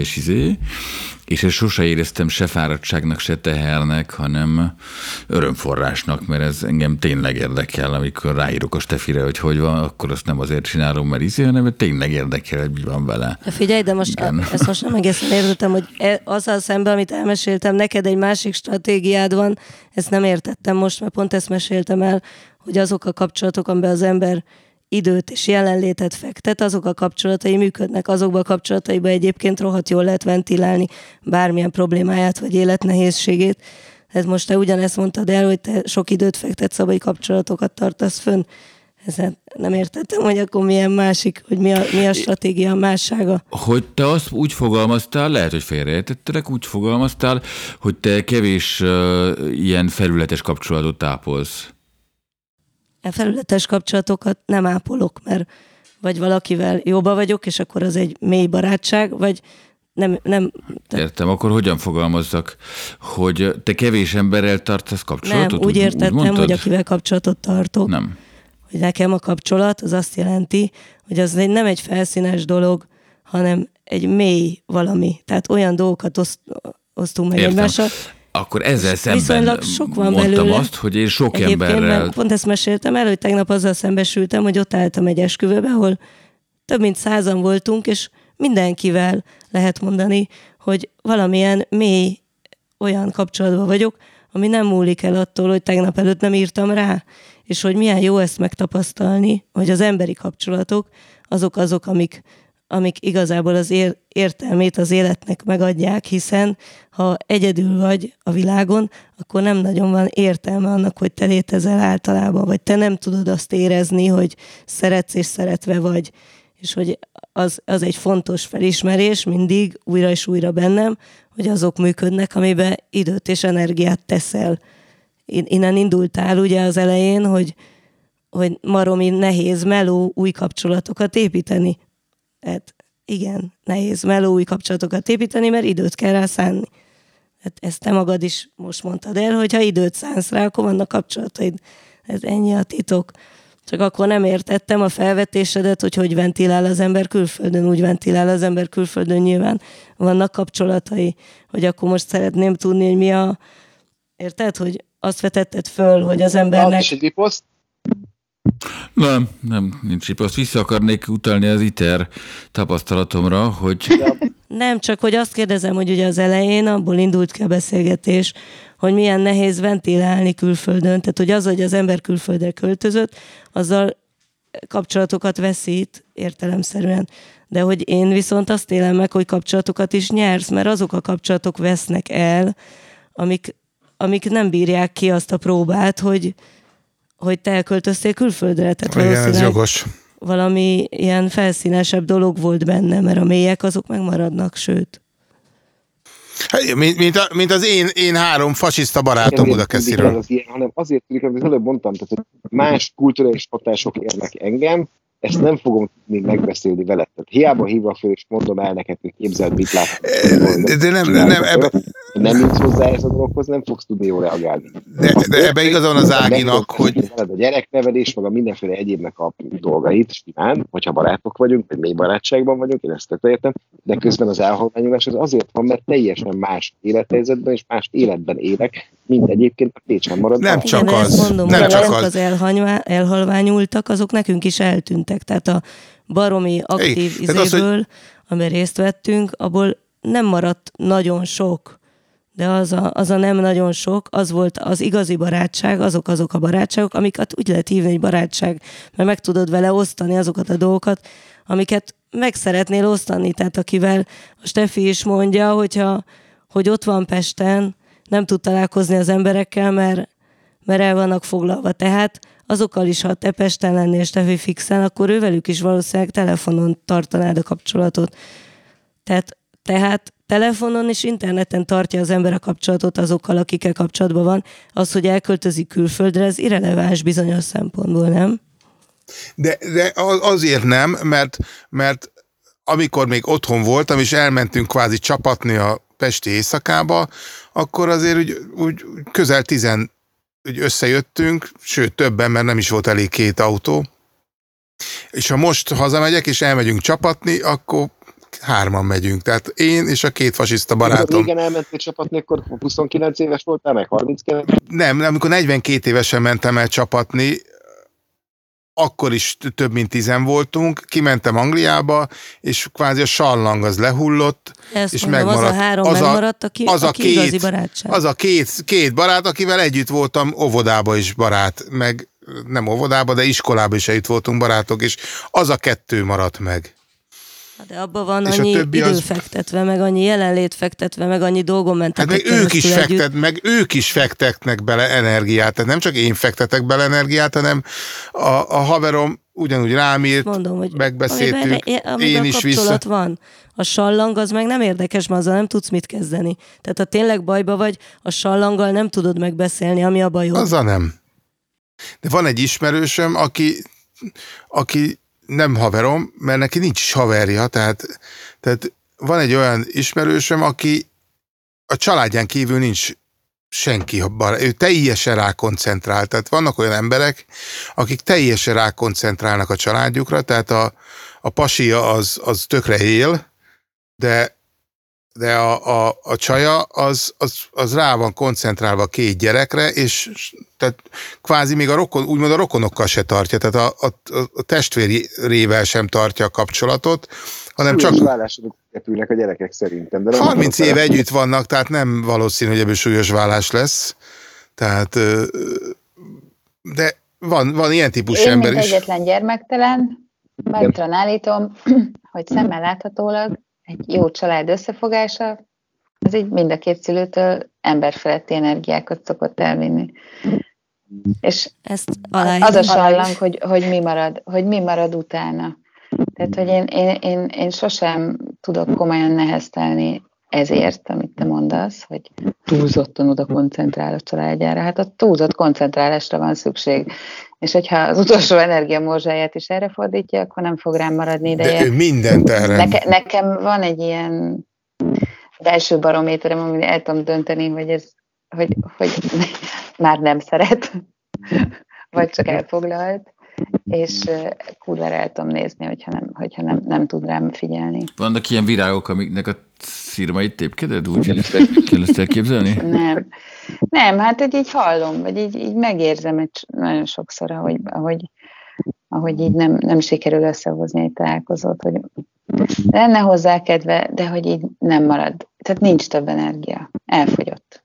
és ezt sose éreztem se fáradtságnak, se tehernek, hanem örömforrásnak, mert ez engem tényleg érdekel, amikor ráírok a Stefire, hogy van, akkor azt nem azért csinálom, mert hanem tényleg érdekel, hogy mi van vele. De figyelj, de most ezt most nem egészen értettem, hogy azzal szemben, amit elmeséltem, neked egy másik stratégiád van, ezt nem értettem most, mert pont ezt meséltem el, hogy azok a kapcsolatok, amiben az ember időt és jelenlétet fektet, azok a kapcsolatai működnek, azokban a kapcsolataiban egyébként rohadt jól lehet ventilálni bármilyen problémáját vagy életnehézségét. Hát most te ugyanezt mondtad el, hogy te sok időt fektetsz, abban kapcsolatokat tartasz fönn. Ezen nem értettem, hogy akkor milyen másik, hogy mi a stratégia mássága. Hogy te azt úgy fogalmaztál, lehet, hogy félreértettelek, úgy fogalmaztál, hogy te kevés ilyen felületes kapcsolatot ápolsz. Felületes kapcsolatokat nem ápolok, mert vagy valakivel jóba vagyok, és akkor az egy mély barátság, vagy nem. Értem, akkor hogyan fogalmazzak, hogy te kevés emberrel tartasz kapcsolatot? Nem, úgy értettem, hogy akivel kapcsolatot tartok. Nem. Hogy nekem a kapcsolat az azt jelenti, hogy az nem egy felszínes dolog, hanem egy mély valami. Tehát olyan dolgokat osztunk meg egymással. Akkor ezzel szemben sok van mondtam belőle. Azt, hogy én sok Egyébként emberrel... Pont ezt meséltem el, hogy tegnap azzal szembesültem, hogy ott álltam egy esküvőbe, ahol több mint 100-an voltunk, és mindenkivel lehet mondani, hogy valamilyen mély olyan kapcsolatban vagyok, ami nem múlik el attól, hogy tegnap előtt nem írtam rá, és hogy milyen jó ezt megtapasztalni, hogy az emberi kapcsolatok azok, amik igazából az értelmét az életnek megadják, hiszen ha egyedül vagy a világon, akkor nem nagyon van értelme annak, hogy te létezel általában, vagy te nem tudod azt érezni, hogy szeretsz és szeretve vagy, és hogy az egy fontos felismerés mindig újra és újra bennem, hogy azok működnek, amiben időt és energiát teszel. Innen indultál ugye az elején, hogy maromi nehéz, meló új kapcsolatokat építeni. Tehát igen, nehéz meló új kapcsolatokat építeni, mert időt kell rá szánni. Hát ezt te magad is most mondtad el, hogy ha időt szánsz rá, akkor vannak kapcsolataid. Ez ennyi a titok. Csak akkor nem értettem a felvetésedet, hogy ventilál az ember külföldön. Úgy ventilál az ember külföldön, nyilván vannak kapcsolatai. Hogy akkor most szeretném tudni, hogy mi a... Érted? Hogy azt vetetted föl, hogy az embernek... És egy riposzt? Nem, nincs riposzt. Vissza akarnék utalni az ITER tapasztalatomra, hogy... Nem, csak hogy azt kérdezem, hogy ugye az elején abból indult ki a beszélgetés, hogy milyen nehéz ventilálni külföldön. Tehát, hogy az, hogy az ember külföldre költözött, azzal kapcsolatokat veszít értelemszerűen. De hogy én viszont azt élem meg, hogy kapcsolatokat is nyersz, mert azok a kapcsolatok vesznek el, amik nem bírják ki azt a próbát, hogy te elköltöztél külföldre. Tehát igen, ez jogos. Valami ilyen felszínesebb dolog volt benne, mert a mélyek azok megmaradnak, sőt. Mint az én 3 fasiszta barátom Budakesziről. Hanem azért tűnik, amit előbb mondtam, tehát, hogy más kulturális hatások érnek engem, ezt nem fogom tudni megbeszélni veled. Tehát hiába hívva föl, és mondom el neked, hogy képzeld, mit lát. De nem jutsz hozzá ez a dologhoz, nem fogsz tudni jól reagálni. De ebben igazán az Áginak, hogy... A gyereknevelés, meg a mindenféle egyébnek a dolgait, simán, hogyha barátok vagyunk, vagy mély barátságban vagyunk, én ezt értem, de közben az elhalványulás az azért van, mert teljesen más élethelyzetben és más életben élek, mint egyébként a Pécsen marad. Nem csak igen, az. Mondom, nem csak az elhalványultak, azok nekünk is eltűntek. Tehát a baromi aktív izéből, amiben részt vettünk, abból nem maradt nagyon sok. De az a nem nagyon sok, az volt az igazi barátság, azok a barátságok, amiket úgy lehet hívni egy barátság, mert meg tudod vele osztani azokat a dolgokat, amiket meg szeretnél osztani. Tehát akivel a Steffi is mondja, hogy ott van Pesten, nem tud találkozni az emberekkel, mert el vannak foglalva. Tehát azokkal is, ha te Pesten lennél Steffi fixen, akkor ővelük is valószínűleg telefonon tartanád a kapcsolatot. Tehát telefonon és interneten tartja az ember a kapcsolatot azokkal, akikkel kapcsolatban van. Az, hogy elköltözik külföldre, ez irreleváns bizonyos szempontból, nem? De azért nem, mert amikor még otthon voltam, és elmentünk kvázi csapatni a pesti éjszakába, akkor azért úgy közel 10 úgy összejöttünk, sőt többen, mert nem is volt elég 2 autó. És ha most hazamegyek, és elmegyünk csapatni, akkor 3-an megyünk. Tehát én és a 2 fasiszta barátom. Régen elmentél csapatni, akkor 29 éves voltál, meg 32? Nem, amikor 42 évesen mentem el csapatni, akkor is több mint 10 voltunk, kimentem Angliába, és kvázi a sallang az lehullott, ezt és mondom, megmaradt. Az a 3 megmaradt, aki igazi barátság. Az a két barát, akivel együtt voltam óvodába is barát, meg nem óvodába, de iskolába is együtt voltunk barátok, és az a 2 maradt meg. De abban van annyi idő fektetve, meg annyi jelenlét fektetve, meg annyi dolgon mentek. Hát meg ők is fektetnek bele energiát, tehát nem csak én fektetek bele energiát, hanem a haverom ugyanúgy rám írt, mondom, hogy megbeszéltünk, én is kapcsolat van. A sallang az meg nem érdekes, mert azzal nem tudsz mit kezdeni. Tehát ha tényleg bajba vagy, a sallanggal nem tudod megbeszélni, ami a bajod. Azzal nem. De van egy ismerősöm, aki nem haverom, mert neki nincs is haverja, tehát van egy olyan ismerősöm, aki a családján kívül nincs senki, ő teljesen rákoncentrál, tehát vannak olyan emberek, akik teljesen rákoncentrálnak a családjukra, tehát a pasia az tökre él, de a csaja az rá van koncentrálva 2 gyerekre, és tehát kvázi még úgymond a rokonokkal se tartja, tehát a testvérével sem tartja a kapcsolatot, hanem csak... Vállásodok ülnek a gyerekek szerintem. De 30 éve együtt vannak, tehát nem valószínű, hogy ebből súlyos vállás lesz. Tehát, de van ilyen típusú ember is. Én, mint egyetlen gyermektelen, bátran állítom, hogy szemmel láthatólag egy jó család összefogása, az így mind a 2 szülőtől emberfeletti energiákat szokott elvinni. És az a sallang, hogy mi marad utána. Tehát, hogy én sosem tudok komolyan neheztelni ezért, amit te mondasz, hogy túlzottan oda koncentrál a családjára. Hát a túlzott koncentrálásra van szükség. És hogyha az utolsó energiamorzsáját is erre fordítja, akkor nem fog rám maradni ideje. De ő mindent erre. Nekem van egy ilyen belső barométerem, amit el tudom dönteni, hogy már nem szeret, vagy csak elfoglalt, és kurvára el tudom nézni, hogyha nem tud rám figyelni. Vannak ilyen virágok, amiknek a szirmait tépkeded? Úgy kell ezt elképzelni? Nem, hát így hallom, vagy így megérzem nagyon sokszor, ahogy így nem sikerül összehozni egy találkozót, hogy lenne hozzá kedve, de hogy így nem marad. Tehát nincs több energia. Elfogyott.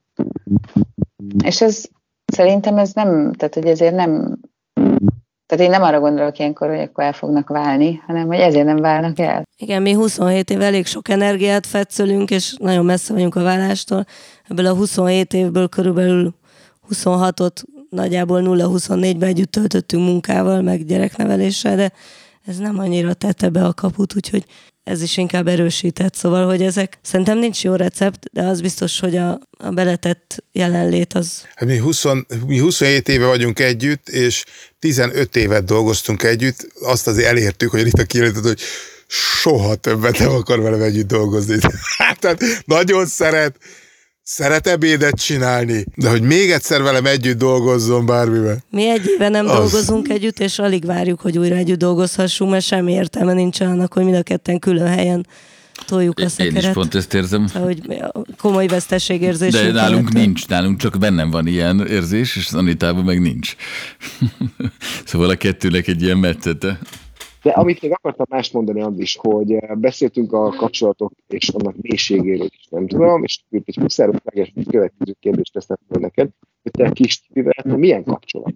És szerintem ez nem, tehát hogy ezért nem, tehát én nem arra gondolok ilyenkor, hogy akkor el fognak válni, hanem hogy ezért nem válnak el. Igen, mi 27 év elég sok energiát fetszölünk, és nagyon messze vagyunk a válástól. Ebből a 27 évből körülbelül 26-ot nagyjából 0-24-ben együtt töltöttünk munkával, meg gyerekneveléssel, de ez nem annyira tette be a kaput, úgyhogy ez is inkább erősített. Szóval, hogy ezek szerintem nincs jó recept, de az biztos, hogy a beletett jelenlét az... Hát mi 27 éve vagyunk együtt, és 15 évet dolgoztunk együtt, azt azért elértük, hogy Rita kijelentett, hogy soha többet nem akar velem együtt dolgozni. Tehát nagyon szeret ebédet csinálni, de hogy még egyszer velem együtt dolgozzon bármiben. Mi egy éve nem dolgozunk együtt, és alig várjuk, hogy újra együtt dolgozhassunk, mert semmi értelme nincs annak, hogy mind a ketten külön helyen toljuk a szekeret. Én is pont ezt érzem. Hogy komoly veszteségérzés. De nálunk nincs, nálunk csak bennem van ilyen érzés, és Anitában meg nincs. Szóval a 2-nek egy ilyen metszete. De amit még akartam mást mondani, Andris, hogy beszéltünk a kapcsolatok és annak mélységéről is, nem tudom, és egy huszárosleges következő kérdést teszem fel neked, hogy te Kis Tibivel, milyen kapcsolat?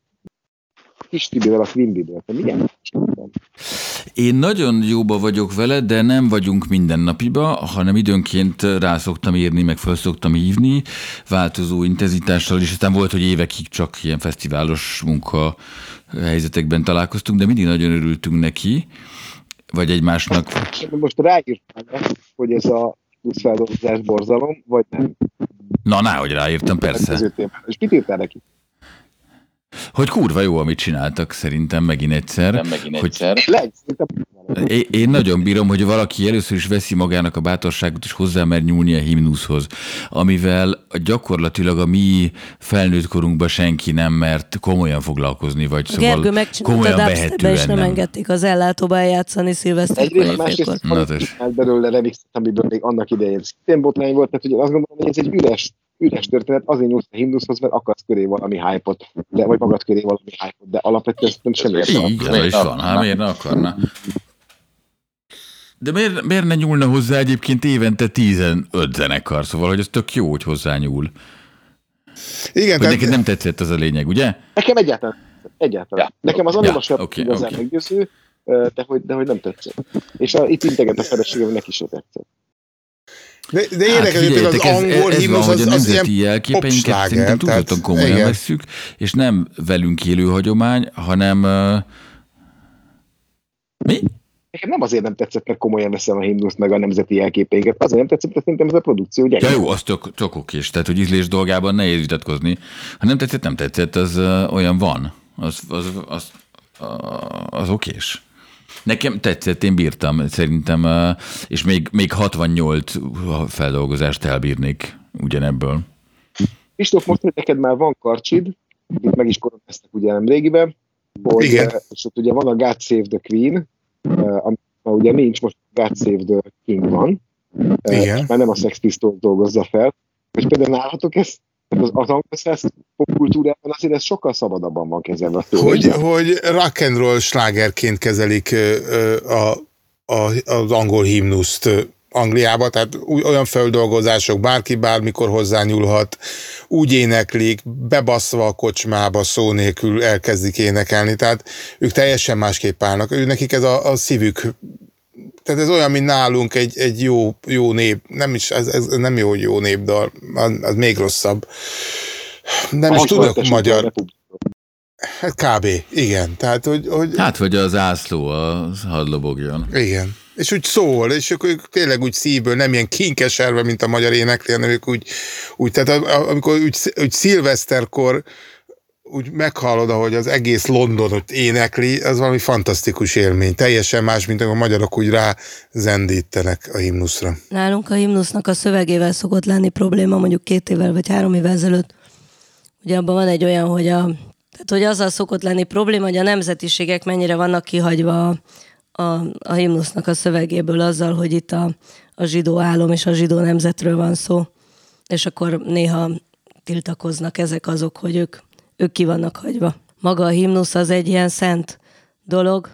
Kis Tibivel, a Quimby-ből, te milyen kapcsolatban? Én nagyon jóba vagyok vele, de nem vagyunk mindennapiba, hanem időnként rá szoktam írni, meg fel szoktam hívni, változó intenzitással, és aztán volt, hogy évekig csak ilyen fesztiválos munka helyzetekben találkoztunk, de mindig nagyon örültünk neki, vagy egymásnak. Most ráírtam, hogy ez a plusz feldolgozás borzalom, vagy nem? Na, náhogy ráírtam, persze. És mit írtál neki? Hogy kurva jó, amit csináltak, szerintem megint egyszer. Én nagyon bírom, hogy valaki először is veszi magának a bátorságot, és hozzá mer nyúlni a himnuszhoz, amivel gyakorlatilag a mi felnőtt korunkban senki nem mert komolyan foglalkozni, vagy Gergő szóval komolyan vehetően és nem engedték az ellátóba eljátszani szilveszterkor. Másrészt belőle remixet, amiből még annak idején szintén botrány volt, tehát ugye azt gondolom, hogy ez egy üres történet, azért nyúlsz a himnuszhoz, mert akarsz köré valami hype-ot, vagy magad köré valami hype-ot, de alapvetően nem semmi értelme. Így, is van, hát miért ne akarna? De miért ne nyúlna hozzá egyébként évente 15 zenekar, szóval, hogy ez tök jó, hogy hozzányúl. Igen, hogy neked nem tetszett az a lényeg, ugye? Nekem egyáltalán. Ja. Nekem az anima sem igazán meggyőző, de hogy nem tetszett. És itt integet a feleségem, neki sem tetszett. De érdekes, hogy az angol himnusz az ilyen jelképeinket szerintem túlzottan komolyan vesszük, és nem velünk élő hagyomány, hanem... Mi? Nekem nem azért nem tetszett, mert komolyan veszem a himnuszt meg a nemzeti jelképeinket, azért nem tetszett, mert szerintem ez a produkció gyenge. Ja jó, az tök okés, tehát hogy ízlés dolgában nehéz vitatkozni. Ha nem tetszett, az olyan van. Az okés. Nekem tetszett, én bírtam, szerintem, és még 68 feldolgozást elbírnék ugyanebből. Kristóf, most, hogy neked már van karcsid, itt meg is koronáztak ugye nemrégiben, és ott ugye van a God Save the Queen, ami ugye nincs, most God Save the King van, mert nem a Sex Pistols dolgozza fel, és például nálatok ezt, az angol száz popkultúrában azért ez sokkal szabadabban van kezelve. Hogy rock and roll slágerként kezelik az angol himnuszt Angliába, tehát olyan feldolgozások, bárki bármikor hozzányúlhat, úgy éneklik, bebasszva a kocsmába, szó nélkül elkezdik énekelni, tehát ők teljesen másképp állnak. Nekik ez a szívük, tehát ez olyan, mint nálunk egy jó nép, nem is, ez nem jó népdal, az még rosszabb. Nem is tudok magyar. Hát kb. Igen. Tehát, hogy... Hát, vagy az ászló, az hadd lobogjon. Igen. És úgy szól, és ők tényleg úgy szívből, nem ilyen kinkeserve, mint a magyar éneklé, hanem ők úgy tehát amikor úgy szilveszterkor úgy meghallod, ahogy az egész Londonot énekli, az valami fantasztikus élmény. Teljesen más, mint amikor a magyarok úgy rá zendítenek a himnuszra. Nálunk a himnusznak a szövegével szokott lenni probléma, mondjuk 2 évvel vagy 3 évvel ezelőtt. Ugye abban van egy olyan, hogy azzal szokott lenni probléma, hogy a nemzetiségek mennyire vannak kihagyva a himnusznak a szövegéből azzal, hogy itt a zsidó álom és a zsidó nemzetről van szó. És akkor néha tiltakoznak ezek azok, hogy ők ki vannak hagyva. Maga a himnusz az egy ilyen szent dolog.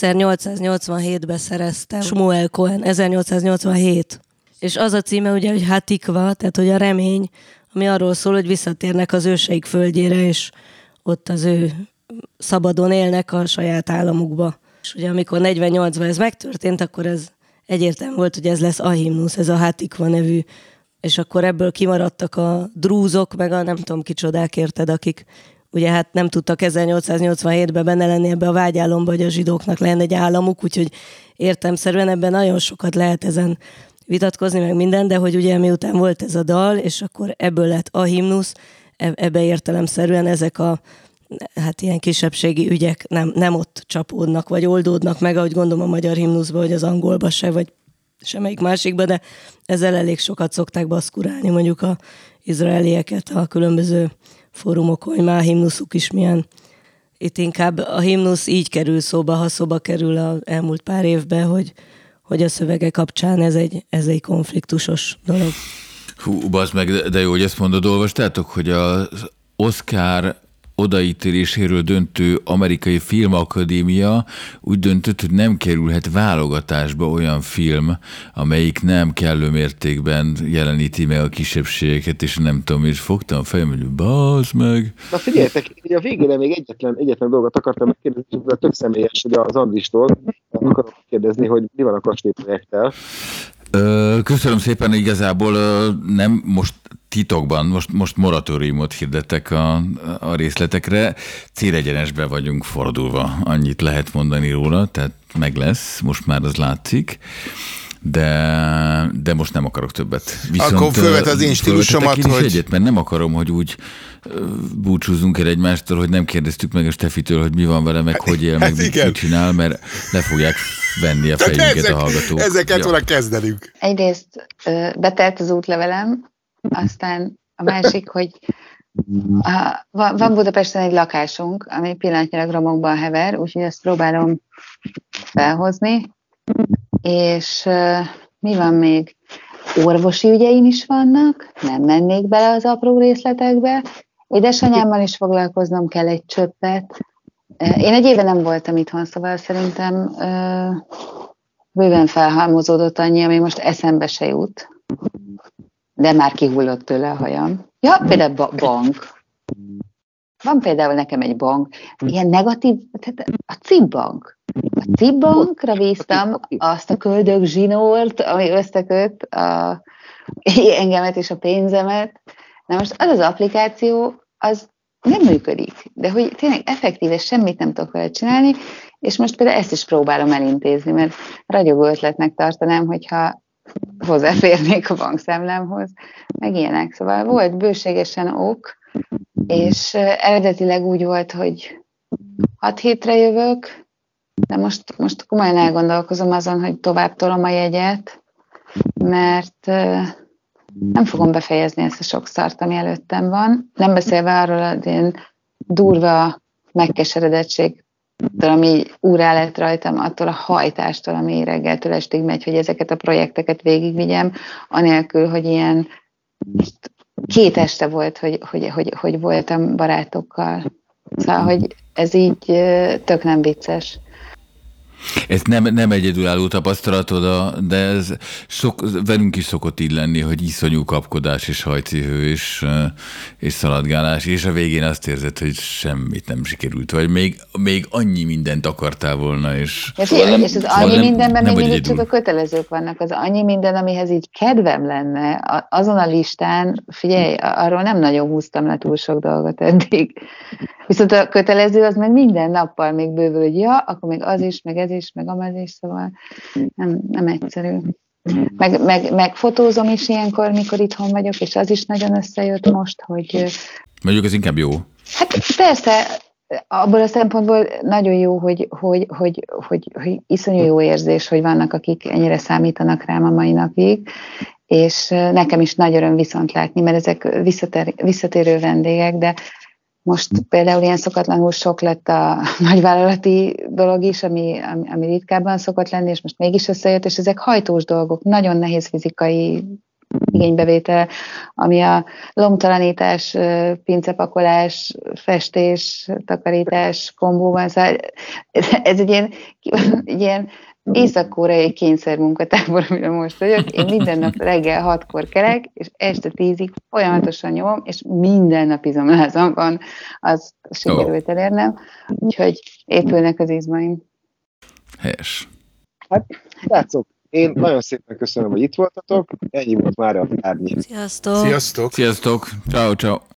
1887-ben szerezte Shmuel Cohen, 1887. És az a címe ugye, hogy Hatikva, tehát hogy a remény, ami arról szól, hogy visszatérnek az őseik földjére, és ott az ő szabadon élnek a saját államukba. És ugye amikor 48-ban ez megtörtént, akkor ez egyértelmű volt, hogy ez lesz a himnusz, ez a Hatikva nevű, és akkor ebből kimaradtak a drúzok, meg a nem tudom kicsodák, érted, akik ugye hát nem tudtak 1887-ben benne lenni ebbe a vágyálomba, hogy a zsidóknak lenne egy államuk, úgyhogy értelemszerűen ebben nagyon sokat lehet ezen vitatkozni, meg minden, de hogy ugye miután volt ez a dal, és akkor ebből lett a himnusz, ebbe értelemszerűen ezek a hát ilyen kisebbségi ügyek nem ott csapódnak, vagy oldódnak meg, ahogy gondolom a magyar himnuszba, vagy az angolba se, vagy semmelyik másikba, de ezzel elég sokat szokták baszkurálni mondjuk az izraelieket a különböző fórumokon, hogy már a himnuszuk is milyen. Itt inkább a himnusz így kerül szóba, ha szóba kerül az elmúlt pár évben, hogy a szövege kapcsán ez egy konfliktusos dolog. Hú, bazd meg, de jó, hogy ezt mondod, olvastátok, hogy az Oscar odaítéléséről döntő amerikai filmakadémia úgy döntött, hogy nem kerülhet válogatásba olyan film, amelyik nem kellő mértékben jeleníti meg a kisebbségeket, és nem tudom, és fogtam fejem, hogy bazd meg. Na figyeljetek, a végére még egyetlen dolgot akartam megkérdezni, ez tök személyes, hogy az Andristól akarok kérdezni, hogy mi van a kastélyprojekttel. Köszönöm szépen, igazából nem most titokban, most moratóriumot hirdettek a részletekre, célegyenesbe vagyunk fordulva, annyit lehet mondani róla, tehát meg lesz, most már az látszik. de most nem akarok többet. Viszont akkor fölvet az én stílusomat, hogy... Egyet, mert nem akarom, hogy úgy búcsúzzunk el egymástól, hogy nem kérdeztük meg a Steffitől, hogy mi van vele, meg hogy él, meg mit csinál, mert le fogják venni a fejünket a hallgatók. Ezeket volna kezdenünk. Egyrészt betelt az útlevelem, aztán a másik, hogy van Budapesten egy lakásunk, ami pillanatnyilag romokban hever, úgyhogy ezt próbálom felhozni, és mi van még? Orvosi ügyeim is vannak, nem mennék bele az apró részletekbe. Édesanyámmal is foglalkoznom kell egy csöppet. Én egy éve nem voltam itthon, szóval szerintem bőven felhalmozódott annyi, ami most eszembe se jut. De már kihullott tőle a hajam. Ja, például bank. Van például nekem egy bank, ilyen negatív, tehát a CIB bank. A CIB bankra bíztam azt a köldög zsinórt, ami összeköt engemet és a pénzemet. Na most az az applikáció, az nem működik, de hogy tényleg effektíve semmit nem tudok vele csinálni, és most például ezt is próbálom elintézni, mert ragyogó ötletnek tartanám, hogyha hozzáférnék a bankszámlámhoz, meg ilyenek. Szóval volt bőségesen ok, és eredetileg úgy volt, hogy 6 hétre jövök, de most komolyan elgondolkozom azon, hogy tovább tolom a jegyet, mert nem fogom befejezni ezt a sok szart, ami előttem van. Nem beszélve arról az én durva megkeseredettségtől, ami úrá lett rajtam, attól a hajtástól, ami reggeltől estig megy, hogy ezeket a projekteket végigvigyem, anélkül, hogy ilyen 2 este volt, hogy voltam barátokkal. Szóval, hogy ez így tök nem vicces. Ez nem egyedülálló tapasztalatod, de ez velünk is szokott így lenni, hogy iszonyú kapkodás és hajcihő és szaladgálás, és a végén azt érzed, hogy semmit nem sikerült, vagy még annyi mindent akartál volna. És az annyi mindenben még mindig csak a kötelezők vannak. Az annyi minden, amihez így kedvem lenne, azon a listán, figyelj, arról nem nagyon húztam le túl sok dolgot eddig. Viszont a kötelező az meg minden nappal még bővül, hogy ja, akkor még az is, meg ez is, meg amaz is, szóval nem egyszerű. Meg fotózom is ilyenkor, mikor itthon vagyok, és az is nagyon összejött most, hogy... Mondjuk ez inkább jó. Hát persze, abból a szempontból nagyon jó, hogy iszonyú jó érzés, hogy vannak, akik ennyire számítanak rám a mai napig, és nekem is nagy öröm viszont látni, mert ezek visszatérő vendégek, de most például ilyen szokatlanul sok lett a nagyvállalati dolog is, ami ritkábban szokott lenni, és most mégis összejött, és ezek hajtós dolgok, nagyon nehéz fizikai igénybevétel, ami a lomtalanítás, pincepakolás, festés, takarítás kombóban, szóval ez egy ilyen észak-koreai kényszermunkatábor, amire most vagyok. Én minden nap reggel 6-kor kelek, és este 10-ig folyamatosan nyomom, és minden nap izomlázam van, azt sikerült elérnem. Úgyhogy épülnek az izmaim. Helyes. Hát, látszok. Én nagyon szépen köszönöm, hogy itt voltatok. Ennyi volt már a tárgyi. Sziasztok! Sziasztok! Ciao, ciao!